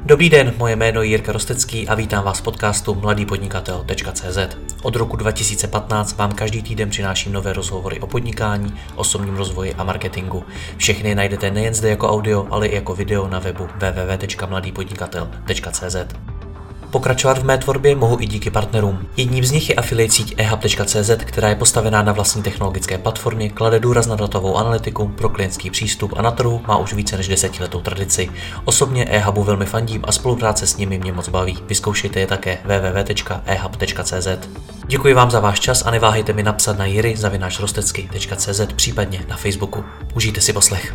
Dobrý den, moje jméno je Jirka Rostecký a vítám vás v podcastu mladýpodnikatel.cz. Od roku 2015 vám každý týden přináším nové rozhovory o podnikání, osobním rozvoji a marketingu. Všechny najdete nejen zde jako audio, ale i jako video na webu www.mladýpodnikatel.cz. Pokračovat v mé tvorbě mohu i díky partnerům. Jedním z nich je affiliate síť ehub.cz, která je postavená na vlastní technologické platformě, klade důraz na datovou analytiku, pro klientský přístup a na trhu má už více než 10letou tradici. Osobně ehubu velmi fandím a spolupráce s nimi mě moc baví. Vyzkoušejte je také www.ehub.cz. Děkuji vám za váš čas a neváhejte mi napsat na jiry@rostecky.cz, případně na Facebooku. Užijte si poslech.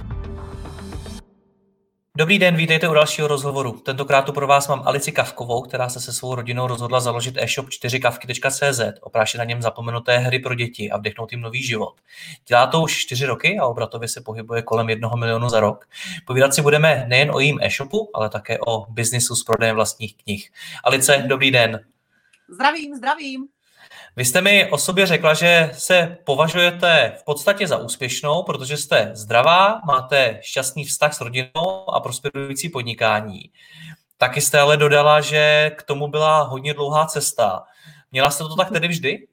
Dobrý den, vítejte u dalšího rozhovoru. Tentokrát tu pro vás mám Alici Kavkovou, která se svou rodinou rozhodla založit e-shop 4kavky.cz, oprášit na něm zapomenuté hry pro děti a vdechnout jim nový život. Dělá to už 4 roky a obratově se pohybuje kolem 1 milionu za rok. Povídat si budeme nejen o jejím e-shopu, ale také o biznisu s prodejem vlastních knih. Alice, dobrý den. Zdravím. Vy jste mi o sobě řekla, že se považujete v podstatě za úspěšnou, protože jste zdravá, máte šťastný vztah s rodinou a prosperující podnikání. Taky jste ale dodala, že k tomu byla hodně dlouhá cesta. Měla jste to tak tedy vždy?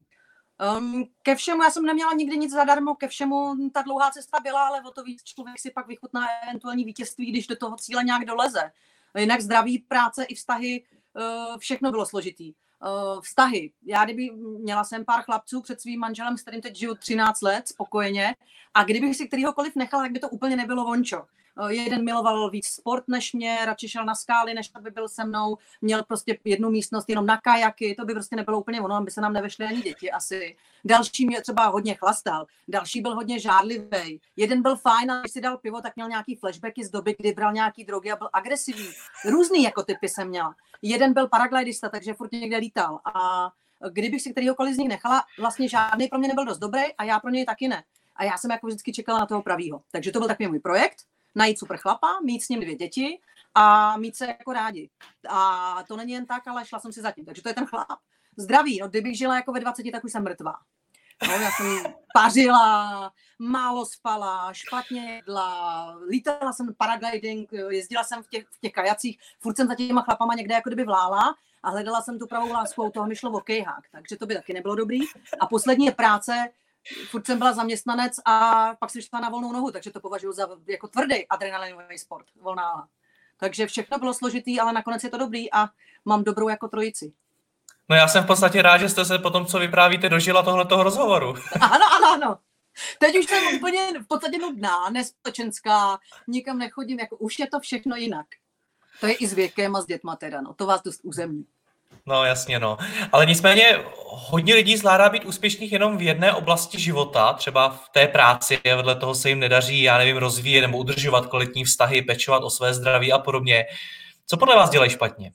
Ke všemu, já jsem neměla nikdy nic zadarmo, ke všemu ta dlouhá cesta byla, ale o to víc člověk si pak vychutná eventuální vítězství, když do toho cíle nějak doleze. Jinak zdraví, práce i vztahy, všechno bylo složitý. Vztahy. Měla jsem pár chlapců před svým manželem, s kterým teď žiju 13 let spokojeně, a kdybych si kterýhokoliv nechala, tak by to úplně nebylo vončo. Jeden miloval víc sport než mě, radši šel na skály, než aby byl se mnou, měl prostě jednu místnost jenom na kajaky, to by prostě nebylo úplně ono, aby se nám nevešly ani děti asi. Další mě třeba hodně chlastal, další byl hodně žádlivý, jeden byl fajn a když si dal pivo, tak měl nějaký flashbacky z doby, kdy bral nějaký drogy a byl agresivní. Různý jako typy jsem měla. Jeden byl paraglidista, takže furt někde lítal, a kdybych si kterýhokoliv z nich nechala, vlastně žádný pro mě nebyl dost dobrý a já pro něj taky ne. A já jsem jako vždycky čekala na toho pravýho. Takže to byl takový můj projekt. Najít super chlapa, mít s ním 2 děti a mít se jako rádi. A to není jen tak, ale šla jsem si za tím. Takže to je ten chlap. Zdraví, kdybych žila jako ve 20, tak už jsem mrtvá. Já jsem pařila, málo spala, špatně jedla, lítala jsem paragliding, jezdila jsem v těch kajacích, furt jsem za těma chlapama někde jako kdyby vlála a hledala jsem tu pravou lásku a toho mi šlo o kejhák, takže to by taky nebylo dobrý. A poslední je práce. Furt jsem byla zaměstnanec a pak jsem šla na volnou nohu, takže to považuji za jako tvrdý adrenalinový sport, volná noha. Takže všechno bylo složitý, ale nakonec je to dobrý a mám dobrou jako trojici. No já jsem v podstatě rád, že jste se po tom, co vyprávíte, dožila tohletoho rozhovoru. Ano. Teď už jsem úplně v podstatě nudná, nespolečenská, nikam nechodím, jako už je to všechno jinak. To je i s věkem a s dětma teda, no, to vás dost uzemní. No jasně, no. Ale nicméně hodně lidí zvládá být úspěšných jenom v jedné oblasti života, třeba v té práci, a vedle toho se jim nedaří, já nevím, rozvíjet nebo udržovat kvalitní vztahy, pečovat o své zdraví a podobně. Co podle vás dělají špatně?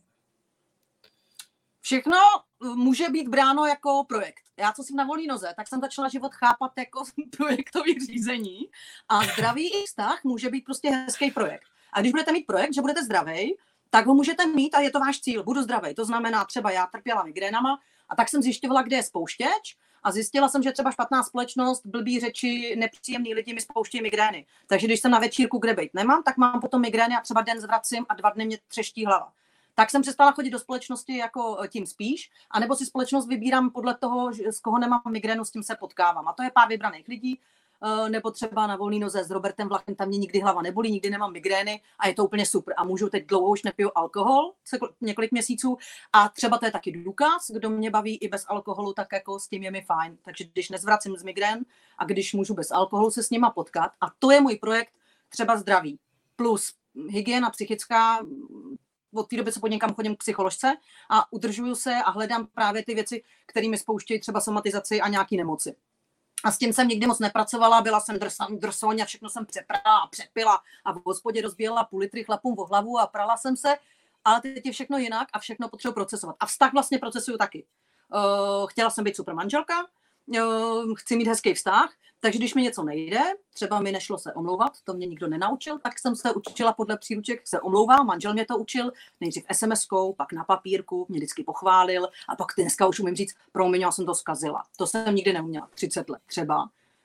Všechno může být bráno jako projekt. Já, co jsem na volné noze, tak jsem začala život chápat jako projektové řízení a zdravý i vztah může být prostě hezký projekt. A když budete mít projekt, že budete zdravý, tak ho můžete mít a je to váš cíl. Budu zdravý. To znamená, třeba já trpěla migrénama a tak jsem zjišťovala, kde je spouštěč a zjistila jsem, že třeba špatná společnost, blbý řeči, nepříjemný lidi mi spouštějí migrény. Takže když jsem na večírku, kde být nemám, tak mám potom migrény a třeba den zvracím a 2 dny mě třeští hlava. Tak jsem přestala chodit do společnosti jako tím spíš, anebo si společnost vybírám podle toho, z koho nemám migrénu, s tím se potkávám. A to je pár vybraných lidí, nebo třeba na volný noze s Robertem Vlachem, tam mě nikdy hlava nebolí, nikdy nemám migrény a je to úplně super. A můžu teď dlouho už nepiju alkohol, několik měsíců, a třeba to je taky důkaz, kdo mě baví i bez alkoholu, tak jako s tím je mi fajn. Takže když nezvracím z migrén a když můžu bez alkoholu se s nima potkat, a to je můj projekt třeba zdraví. Plus hygiena psychická, od té doby, co někam chodím k psycholožce a udržuju se a hledám právě ty věci, které mi spouštějí třeba somatizaci a nějaký nemoci. A s tím jsem nikdy moc nepracovala, byla jsem drsoň a všechno jsem přeprala a přepila a v hospodě rozbíjela půl litry chlapům o hlavu a prala jsem se, ale teď je všechno jinak a všechno potřebuji procesovat. A vztah vlastně procesuju taky. Chtěla jsem být super manželka, chci mít hezký vztah, takže když mi něco nejde, třeba mi nešlo se omlouvat, to mě nikdo nenaučil, tak jsem se učila podle příruček se omlouvám, manžel mě to učil, nejdřív SMS-kou, pak na papírku, mě vždycky pochválil a pak dneska už umím říct, promiň, já jsem to zkazila. To jsem nikdy neuměla, 30 let třeba.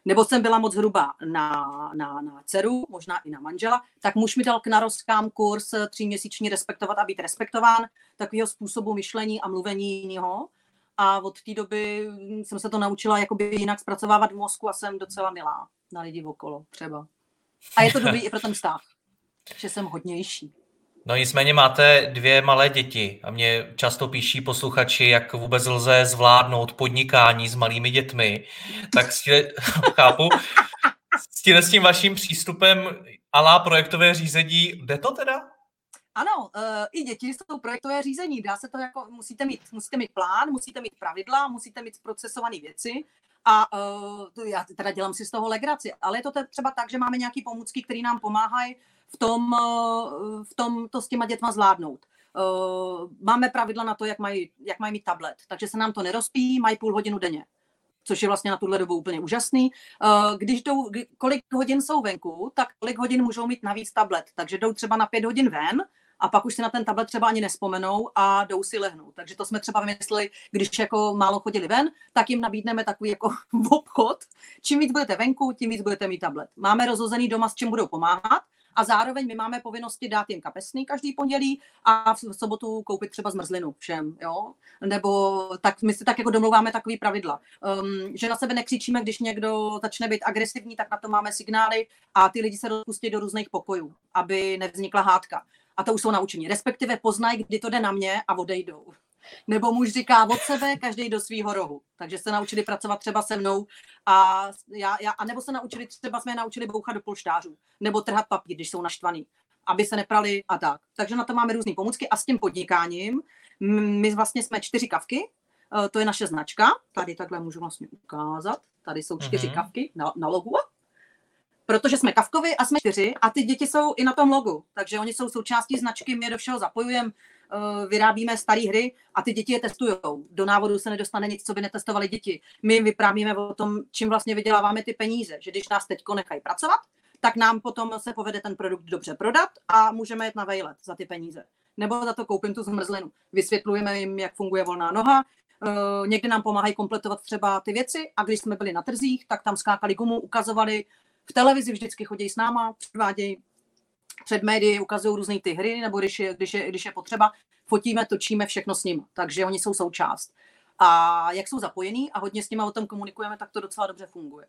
nebo jsem byla moc hrubá na dceru, možná i na manžela, tak muž mi dal k narozkám kurz 3měsíční respektovat a být respektován, takového způsobu myšlení a mluvení jiného. A od té doby jsem se to naučila jakoby jinak zpracovávat v mozku a jsem docela milá na lidi okolo třeba. A je to dobrý i pro ten vztah, že jsem hodnější. No nicméně máte 2 malé děti a mě často píší posluchači, jak vůbec lze zvládnout podnikání s malými dětmi. Tak chápu, s tím vaším přístupem a la projektové řízení, jde to teda? Ano, i děti jsou projektové řízení. Dá se to jako, musíte mít plán, musíte mít pravidla, musíte mít procesované věci. A já teda dělám si z toho legraci, ale je to třeba tak, že máme nějaké pomůcky, které nám pomáhají v tom to s těma dětma zvládnout. Máme pravidla na to, jak mají mít tablet, takže se nám to nerozpíjí, mají půl hodinu denně, což je vlastně na tuhle dobu úplně úžasný. Kolik hodin jsou venku, tak kolik hodin můžou mít navíc tablet, takže jdou třeba na 5 hodin ven a pak už si na ten tablet třeba ani nespomenou a jdou si lehnout. Takže to jsme třeba vymysleli, když jako málo chodili ven, tak jim nabídneme takový jako obchod. Čím víc budete venku, tím víc budete mít tablet. Máme rozhozený doma, s čím budou pomáhat. A zároveň my máme povinnosti dát jim kapesný každý pondělí a v sobotu koupit třeba zmrzlinu všem, jo? Nebo tak my si tak jako domlouváme takový pravidla. Že na sebe nekřičíme, když někdo začne být agresivní, tak na to máme signály a ty lidi se rozpustí do různých pokojů, aby nevznikla hádka. A to už jsou naučení. Respektive poznají, kdy to jde na mě a odejdou. Nebo muž říká od sebe, každý do svýho rohu. Takže se naučili pracovat třeba se mnou a nebo se naučili, třeba jsme je naučili bouchat do polštářů. Nebo trhat papír, když jsou naštvaný, aby se neprali a tak. Takže na to máme různé pomůcky a s tím podnikáním my vlastně jsme 4 kavky, to je naše značka. Tady takhle můžu vlastně ukázat. Tady jsou 4 kavky na logu. Protože jsme kavkovi a jsme 4 a ty děti jsou i na tom logu. Takže oni jsou součástí značky, my do všeho zapojujeme, vyrábíme staré hry a ty děti je testujou. Do návodu se nedostane nic, co by netestovali děti. My vyprávíme o tom, čím vlastně vyděláváme ty peníze. Že když nás teďko nechají pracovat, tak nám potom se povede ten produkt dobře prodat a můžeme jet na vejlet za ty peníze. Nebo za to koupím tu zmrzlinu. Vysvětlujeme jim, jak funguje volná noha. Někdy nám pomáhají kompletovat třeba ty věci a když jsme byli na trzích, tak tam skákali gumu, ukazovali. V televizi vždycky chodí s náma, předvádějí před médii, ukazují různé ty hry, nebo když je potřeba, fotíme, točíme všechno s nimi. Takže oni jsou součást. A jak jsou zapojení a hodně s nimi o tom komunikujeme, tak to docela dobře funguje.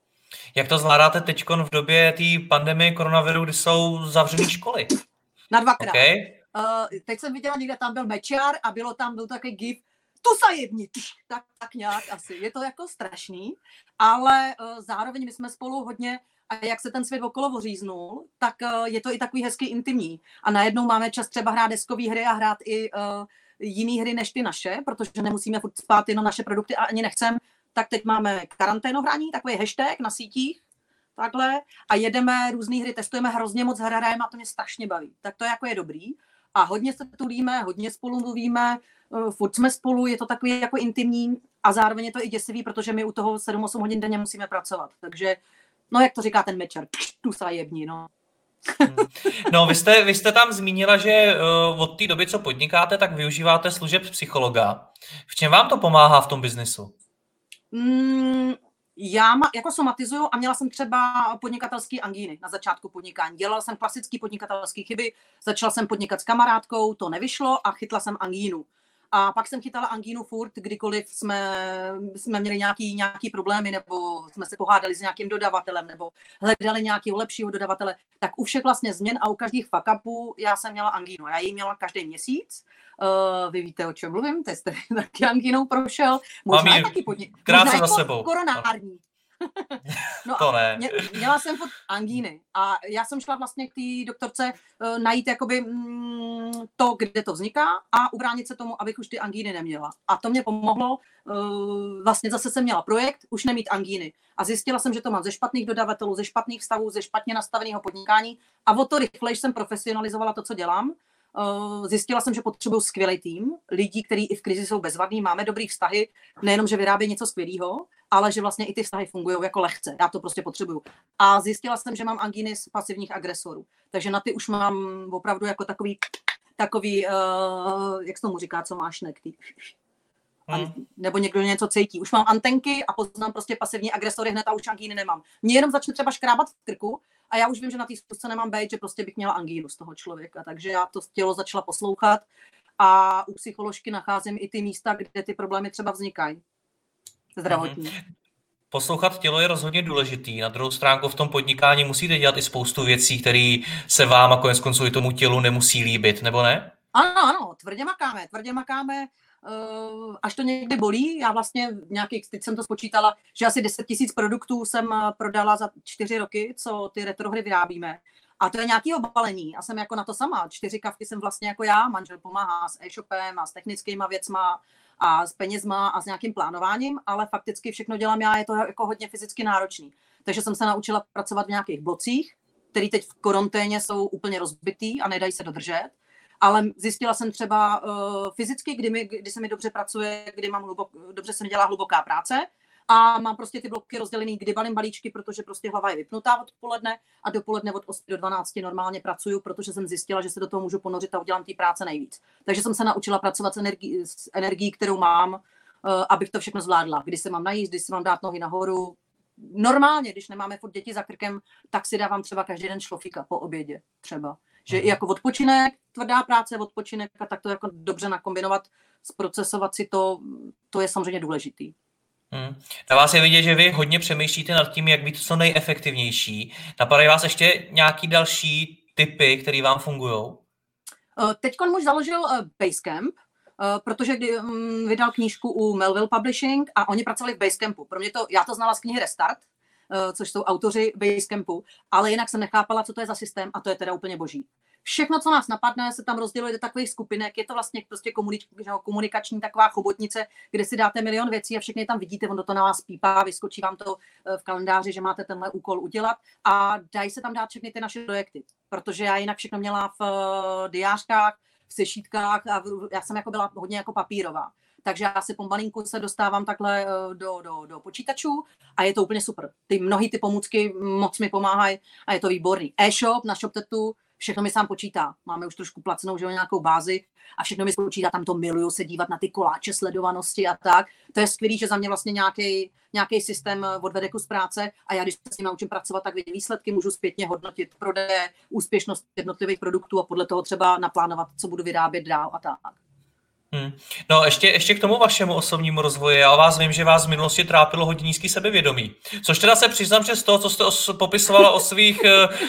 Jak to zvládáte teďkon v době té pandemie koronaviru, kdy jsou zavřené školy? Na 2krát. Okay. Teď jsem viděla, někde tam byl Mečiar a byl takový gif, tu sajebni, tak nějak asi. Je to jako strašný, ale zároveň my jsme spolu hodně, a jak se ten svět okolo oříznul, tak je to i takový hezky intimní. A najednou máme čas třeba hrát deskové hry a hrát i jiné hry než ty naše, protože nemusíme furt spát jenom naše produkty a ani nechcem. Tak teď máme karanténohraní, takový hashtag na sítích, takhle, a jedeme různé hry, testujeme, hrozně moc hrajeme a to mě strašně baví. Tak to jako je dobrý. A hodně se tulíme, hodně spolu mluvíme, furt jsme spolu, je to takový jako intimní a zároveň je to i děsivý, protože my u toho 7-8 hodin denně musíme pracovat. Takže, no jak to říká ten Mečer, tu sajebni, no. No, vy jste tam zmínila, že od té doby, co podnikáte, tak využíváte služeb psychologa. V čem vám to pomáhá v tom biznesu? Já jako somatizuju a měla jsem třeba podnikatelský angíny na začátku podnikání. Dělala jsem klasické podnikatelské chyby, začala jsem podnikat s kamarádkou, to nevyšlo a chytla jsem angínu. A pak jsem chytala angínu furt, kdykoliv jsme měli nějaký problémy, nebo jsme se pohádali s nějakým dodavatelem, nebo hledali nějakého lepšího dodavatele. Tak u všech vlastně změn a u každých fuck-upů já jsem měla angínu. Já ji měla každý měsíc. Vy víte, o čem mluvím? Teď jste taky angínou prošel. Možná taky krátce za sebou. Koronární. No to ne. Měla jsem furt angíny a já jsem šla vlastně k té doktorce najít jakoby to, kde to vzniká a ubránit se tomu, abych už ty angíny neměla. A to mě pomohlo. Vlastně zase jsem měla projekt, už nemít angíny. A zjistila jsem, že to mám ze špatných dodavatelů, ze špatných stavů, ze špatně nastaveného podnikání a o to rychleji jsem profesionalizovala to, co dělám. Zjistila jsem, že potřebuju skvělý tým, lidí, kteří i v krizi jsou bezvadní, máme dobrý vztahy, nejenom, že vyrábějí něco skvělého, ale že vlastně i ty vztahy fungují jako lehce. Já to prostě potřebuju. A zjistila jsem, že mám angíny z pasivních agresorů. Takže na ty už mám opravdu jako takový jak se tomu říká, co máš nekty. nebo někdo něco cítí. Už mám antenky a poznám prostě pasivní agresory hned a už angíny nemám. Mě jenom začne třeba škrábat v krku a já už vím, že na té zkusce nemám být, že prostě bych měla angínu z toho člověka. Takže já to tělo začala poslouchat a u psycholožky nacházím i ty místa, kde ty problémy třeba vznikají. Zdravotní. Poslouchat tělo je rozhodně důležitý. Na druhou stránku v tom podnikání musíte dělat i spoustu věcí, které se vám a konec konců i tomu tělu nemusí líbit, nebo ne? Ano, tvrdě makáme, až to někdy bolí. Já vlastně teď jsem to spočítala, že asi 10 000 produktů jsem prodala za 4 roky, co ty retrohry vyrábíme. A to je nějakého balení. A jsem jako na to sama. 4 kavky jsem vlastně jako já, manžel pomáhá s e-shopem a s technickýma věcma a s penězma a s nějakým plánováním, ale fakticky všechno dělám já, je to jako hodně fyzicky náročný. Takže jsem se naučila pracovat v nějakých blocích, které teď v karanténě jsou úplně rozbitý a nedají se dodržet. Ale zjistila jsem třeba fyzicky, kdy se mi dobře pracuje, kdy dobře se mi dělá hluboká práce a mám prostě ty bloky rozdělený, kdy balím balíčky, protože prostě hlava je vypnutá odpoledne a dopoledne od 8 do 12 normálně pracuju, protože jsem zjistila, že se do toho můžu ponořit a udělám té práce nejvíc. Takže jsem se naučila pracovat s energií, kterou mám, abych to všechno zvládla. Kdy se mám najíst, kdy se mám dát nohy nahoru. Normálně, když nemáme furt děti za krkem, tak si dávám třeba každý den šlofíka po obědě třeba. Že i jako odpočinek, tvrdá práce, odpočinek a tak to jako dobře nakombinovat, zprocesovat si to je samozřejmě důležitý. Na vás je vidět, že vy hodně přemýšlíte nad tím, jak být co nejefektivnější. Napadají vás ještě nějaký další tipy, které vám fungují? Teďkon muž založil Basecamp, protože vydal knížku u Melville Publishing a oni pracovali v Basecampu. Pro mě já to znala z knihy Restart, což jsou autoři Basecampu, ale jinak jsem nechápala, co to je za systém a to je teda úplně boží. Všechno, co nás napadne, se tam rozděluje do takových skupinek. Je to vlastně prostě komunikační taková chobotnice, kde si dáte milion věcí a všechny tam vidíte, on to na vás pípá, vyskočí vám to v kalendáři, že máte tenhle úkol udělat a dají se tam dát všechny ty naše projekty, protože já jinak všechno měla v diářkách, v sešítkách a já jsem jako byla hodně jako papírová. Takže já si pomalinku se dostávám takhle do počítačů a je to úplně super. Mnohý ty pomůcky moc mi pomáhají a je to výborný. E-shop na ShopTetu, všechno mi sám počítá. Máme už trošku placenou, že nějakou bázi a všechno mi počítá, tam to miluju se dívat na ty koláče sledovanosti a tak. To je skvělý, že za mě vlastně nějaký systém odvede kus práce a já, když se s ním naučím pracovat, tak vidím výsledky, můžu zpětně hodnotit prodeje, úspěšnost jednotlivých produktů a podle toho třeba naplánovat, co budu vyrábět dál a tak. No ještě k tomu vašemu osobnímu rozvoji. Já o vás vím, že vás v minulosti trápilo hodně nízký sebevědomí. Což teda se přiznám, že z toho, co jste popisovala o svých...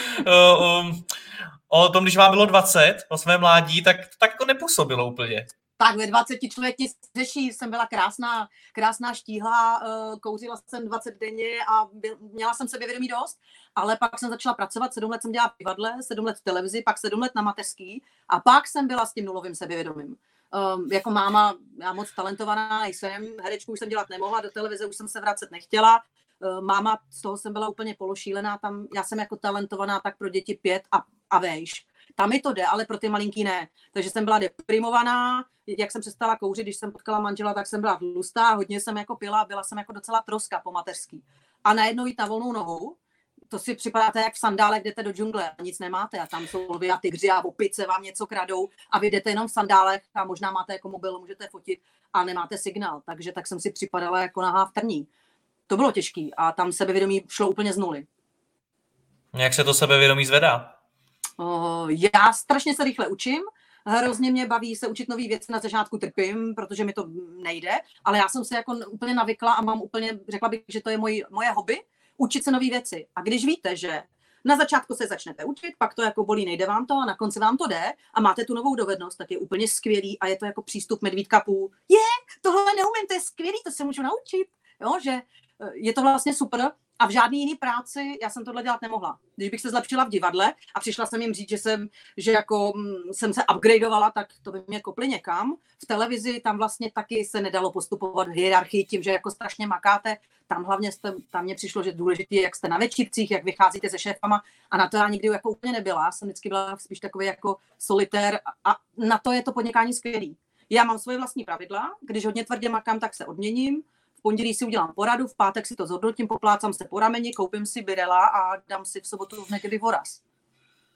o tom, když vám bylo 20, o svém mládí, tak jako nepůsobilo úplně. Tak ve 20 člověk nic řeší, jsem byla krásná štíhlá, kouřila jsem 20 denně a měla jsem sebevědomí dost, ale pak jsem začala pracovat, 7 let jsem dělala v divadle, 7 let v televizi, pak 7 let na mateřský a pak jsem byla s tím nulovým sebevědomím. Jako máma, já moc talentovaná nejsem, herečku už jsem dělat nemohla, do televize už jsem se vracet nechtěla, máma, z toho jsem byla úplně pološílená, já jsem jako talentovaná tak pro děti 5 a vejš. Tam mi to jde, ale pro ty malinký ne. Takže jsem byla deprimovaná, jak jsem přestala kouřit, když jsem potkala manžela, tak jsem byla tlustá, hodně jsem jako pila, byla jsem jako docela troska po mateřský. A najednou jít na volnou nohu, to si připadáte jak v sandálech, jdete do džungle a nic nemáte a tam jsou lvy a tygři a opice vám něco kradou a vy jdete jenom v sandálech a možná máte jako mobil, můžete fotit a nemáte signál. Takže tak jsem si připadala jako nahá v trní. To bylo těžký a tam sebevědomí šlo úplně z nuly. Jak se to sebevědomí zvedá? Já strašně se rychle učím, hrozně mě baví se učit nový věci, na začátku trpím, protože mi to nejde, ale já jsem se jako úplně navykla a mám úplně, řekla bych, že to je moje hobby, učit se nový věci. A když víte, že na začátku se začnete učit, pak to jako bolí, nejde vám to a na konci vám to jde a máte tu novou dovednost, tak je úplně skvělý a je to jako přístup medvídka půl. Tohle neumím, to je skvělý, to se můžu naučit. Jo, že je to vlastně super a v žádný jiný práci já jsem tohle dělat nemohla. Když bych se zlepšila v divadle a přišla jsem jim říct, že jsem se upgradeovala, tak to by mě kopli někam. V televizi tam vlastně taky se nedalo postupovat v hierarchii tím, že jako strašně makáte. Tam hlavně tam mně přišlo, že důležité je, jak jste na večírcích, jak vycházíte se šéfama a na to já nikdy jako úplně nebyla. Já jsem vždycky byla spíš takový jako solitér a na to je to podnikání skvělý. Já mám svoje vlastní pravidla, když hodně tvrdě makám, tak se odměním. V pondělí si udělám poradu, v pátek si to zhodnotím, poplácám se po rameni, koupím si birela a dám si v sobotu v neděli voraz.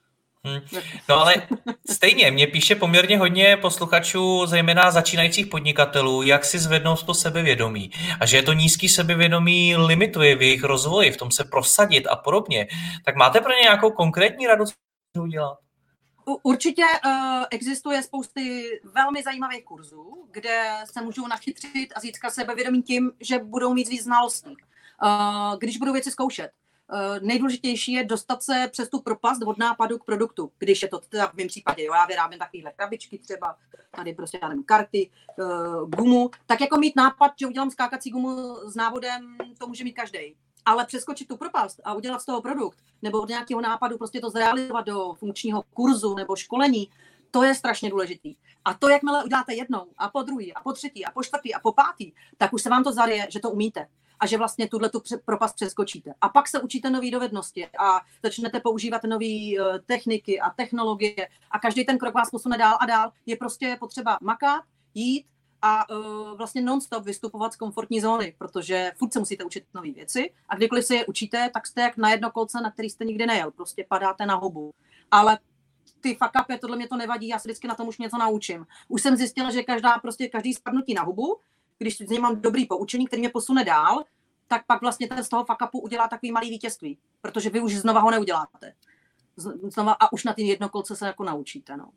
No ale stejně, mě píše poměrně hodně posluchačů, zejména začínajících podnikatelů, jak si zvednout to sebevědomí. A že je to nízký sebevědomí limituje v jejich rozvoji, v tom se prosadit a podobně. Tak máte pro ně nějakou konkrétní radu, co udělat? Určitě existuje spousty velmi zajímavých kurzů, kde se můžou nachytřit a získat sebevědomí tím, že budou mít víc znalostí, když budou věci zkoušet. Nejdůležitější je dostat se přes tu propast od nápadu k produktu, když je to teda v mém případě, jo, já vyrábím takovéhle krabičky třeba, tady prostě já nevím, karty, gumu, tak jako mít nápad, že udělám skákací gumu s návodem, to může mít každý. Ale přeskočit tu propast a udělat z toho produkt, nebo od nějakého nápadu prostě to zrealizovat do funkčního kurzu nebo školení, to je strašně důležitý. A to, jakmile uděláte jednou a po druhý a po třetí a po čtvrtý a po pátý, tak už se vám to zaryje, že to umíte a že vlastně tu propast přeskočíte. A pak se učíte nové dovednosti a začnete používat nové techniky a technologie a každý ten krok vás posune dál a dál. Je prostě potřeba makat, jít a vlastně non-stop vystupovat z komfortní zóny, protože furt se musíte učit nové věci a kdykoliv se je učíte, tak jste jak na jedno kolce, na který jste nikdy nejel. Prostě padáte na hubu. Ale ty fuck upy, tohle mě to nevadí, já se vždycky na tom už něco naučím. Už jsem zjistila, že každý spadnutí na hubu, když z něj mám dobrý poučení, který mě posune dál, tak pak vlastně ten z toho fuck upu udělá takový malý vítězství, protože vy už znova ho neuděláte. Znova a už na ty jedno kolce se jako naučíte, no.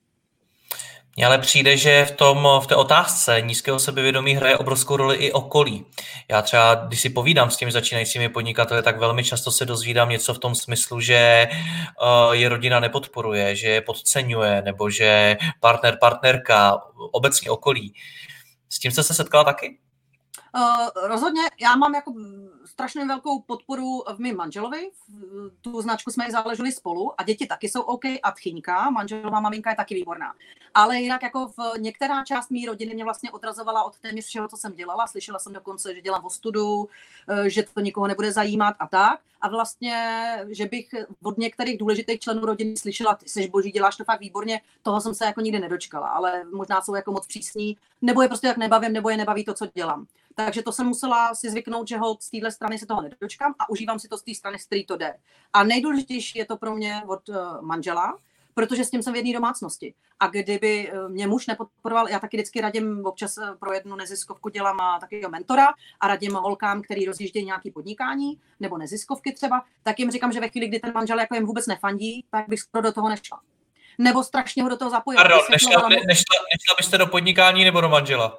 Mně ale přijde, že v té otázce nízkého sebevědomí hraje obrovskou roli i okolí. Já třeba, když si povídám s těmi začínajícími podnikateli, tak velmi často se dozvídám něco v tom smyslu, že je rodina nepodporuje, že je podceňuje, nebo že partnerka, obecně okolí. S tím jste se setkala taky? Rozhodně, já mám jako strašně velkou podporu v mém manželovi, tu značku jsme ji založili spolu a děti taky jsou OK a tchýňka, manželová maminka je taky výborná. Ale jinak jako v některá část mý rodiny mě vlastně odrazovala od téměř všeho, co jsem dělala. Slyšela jsem dokonce, že dělám ostudu, že to nikoho nebude zajímat a tak. A vlastně, že bych od některých důležitých členů rodiny slyšela, ty jsi boží, děláš to fakt výborně, toho jsem se jako nikdy nedočkala, ale možná jsou jako moc přísní, nebo je prostě jak nebavím, nebo je nebaví to, co dělám. Takže to jsem musela si zvyknout, že z téhle strany se toho nedočkám a užívám si to z té strany, z které to jde. A nejdůležitější je to pro mě od manžela, protože s tím jsem v jedné domácnosti. A kdyby mě muž nepodporoval, já taky vždycky radím, občas pro jednu neziskovku dělám takového mentora a radím holkám, který rozjíždějí nějaké podnikání nebo neziskovky třeba, tak jim říkám, že ve chvíli, kdy ten manžel jako jim vůbec nefandí, tak bych skoro do toho nešla. Nebo strašně ho do toho zapojila. Pardon, nešla byste do podnikání nebo do manžela?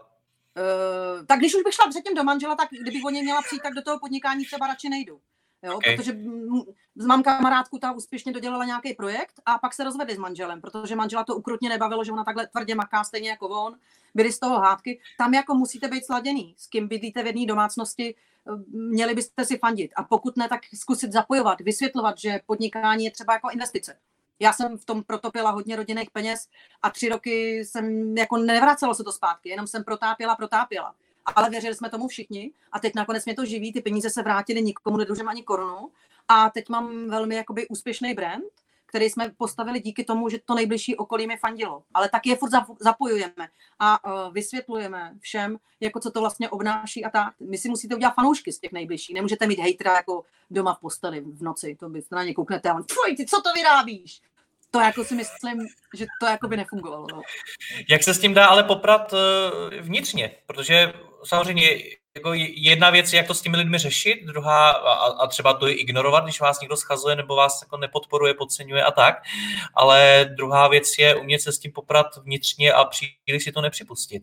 Tak když už bych šla předtím do manžela, tak kdybych o něj měla přijít, tak do toho podnikání třeba radši nejdu. Jo, okay. Protože mám kamarádku, ta úspěšně dodělala nějaký projekt a pak se rozvedli s manželem, protože manžela to ukrutně nebavilo, že ona takhle tvrdě maká stejně jako on. Byly z toho hádky. Tam jako musíte být sladěný. S kým bydlíte v jedné domácnosti, měli byste si fandit. A pokud ne, tak zkusit zapojovat, vysvětlovat, že podnikání je třeba jako investice. Já jsem v tom protopila hodně rodinných peněz a 3 roky jsem jako nevracelo se to zpátky, jenom jsem protápěla. Ale věřili jsme tomu všichni a teď nakonec mě to živí, ty peníze se vrátily, nikomu nedlužím ani korunu a teď mám velmi jakoby úspěšný brand, který jsme postavili díky tomu, že to nejbližší okolí mi fandilo. Ale taky je furt zapojujeme a vysvětlujeme všem, jako co to vlastně obnáší a tak. My si musíte udělat fanoušky z těch nejbližších. Nemůžete mít hejtera jako doma v posteli v noci, to by na ně kouknete a on, ty co to vyrábíš? To jako si myslím, že to jako by nefungovalo. No. Jak se s tím dá ale poprat vnitřně? Protože samozřejmě jako jedna věc je, jak to s těmi lidmi řešit, druhá a třeba to je ignorovat, když vás někdo schazuje nebo vás jako nepodporuje, podceňuje a tak, ale druhá věc je umět se s tím poprat vnitřně a příliš si to nepřipustit.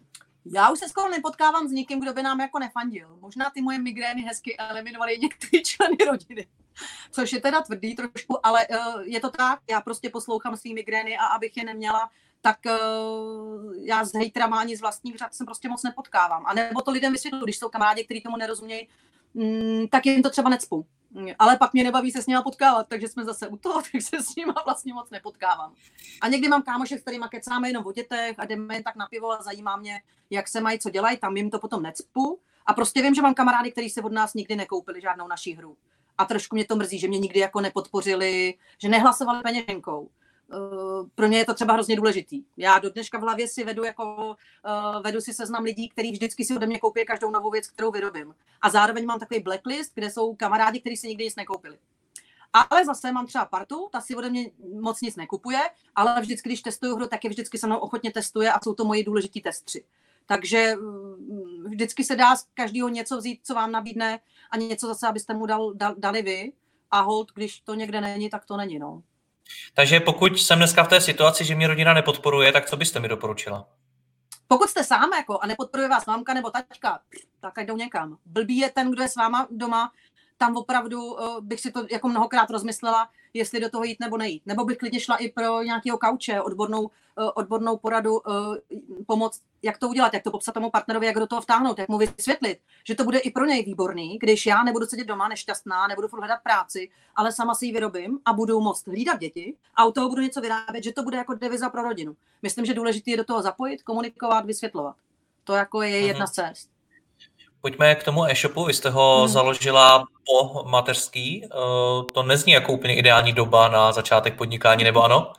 Já už se skoro nepotkávám s nikým, kdo by nám jako nefandil. Možná ty moje migrény hezky eliminovaly některé členy rodiny. Což je teda tvrdý trošku, ale je to tak, já prostě poslouchám svý migrény a abych je neměla, tak já s hejtrama ani z vlastních řad se prostě moc nepotkávám. A nebo to lidem vysvětluji, když jsou kamarádi, kteří tomu nerozumějí, tak jim to třeba necpu. Ale pak mě nebaví se s nima potkávat, takže jsme zase u toho, tak se s nima vlastně moc nepotkávám. A někdy mám kámoše, s kterýma kecáme jenom o dětech a jdeme jen tak na pivo a zajímá mě, jak se mají, co dělají, tam jim to potom necpu. A prostě vím, že mám kamarády, kteří se od nás nikdy nekoupili žádnou naší hru. A trošku mě to mrzí, že mě nikdy jako nepodpořili, že nehlasovali peněženkou. Pro mě je to třeba hrozně důležitý. Já do dneška v hlavě si vedu si seznam lidí, kteří vždycky si ode mě koupí každou novou věc, kterou vyrobím. A zároveň mám takový blacklist, kde jsou kamarádi, kteří si nikdy nic nekoupili. Ale zase mám třeba partu, ta si ode mě moc nic nekupuje, ale vždycky, když testuju hru, tak je vždycky se mnou ochotně testuje a jsou to moji důležití testři. Takže vždycky se dá z každého něco vzít, co vám nabídne a něco zase, abyste mu dali vy. A hold, když to někde není, tak to není, no. Takže pokud jsem dneska v té situaci, že mě rodina nepodporuje, tak co byste mi doporučila? Pokud jste sám a nepodporuje vás mámka nebo taťka, tak ať jdou někam. Blbý je ten, kdo je s váma doma, tam opravdu bych si to jako mnohokrát rozmyslela, jestli do toho jít nebo nejít. Nebo bych klidně šla i pro nějakého kauče, odbornou poradu, pomoc, jak to udělat, jak to popsat tomu partnerovi, jak do toho vtáhnout, jak mu vysvětlit, že to bude i pro něj výborný, když já nebudu sedět doma nešťastná, nebudu furt hledat práci, ale sama si ji vyrobím a budu moct hlídat děti a u toho budu něco vyrábět, že to bude jako deviza pro rodinu. Myslím, že důležité je do toho zapojit, komunikovat, vysvětlovat. To jako je jedna z cest. Pojďme k tomu e-shopu. Vy jste ho založila po mateřský. To nezní jako úplně ideální doba na začátek podnikání, nebo ano?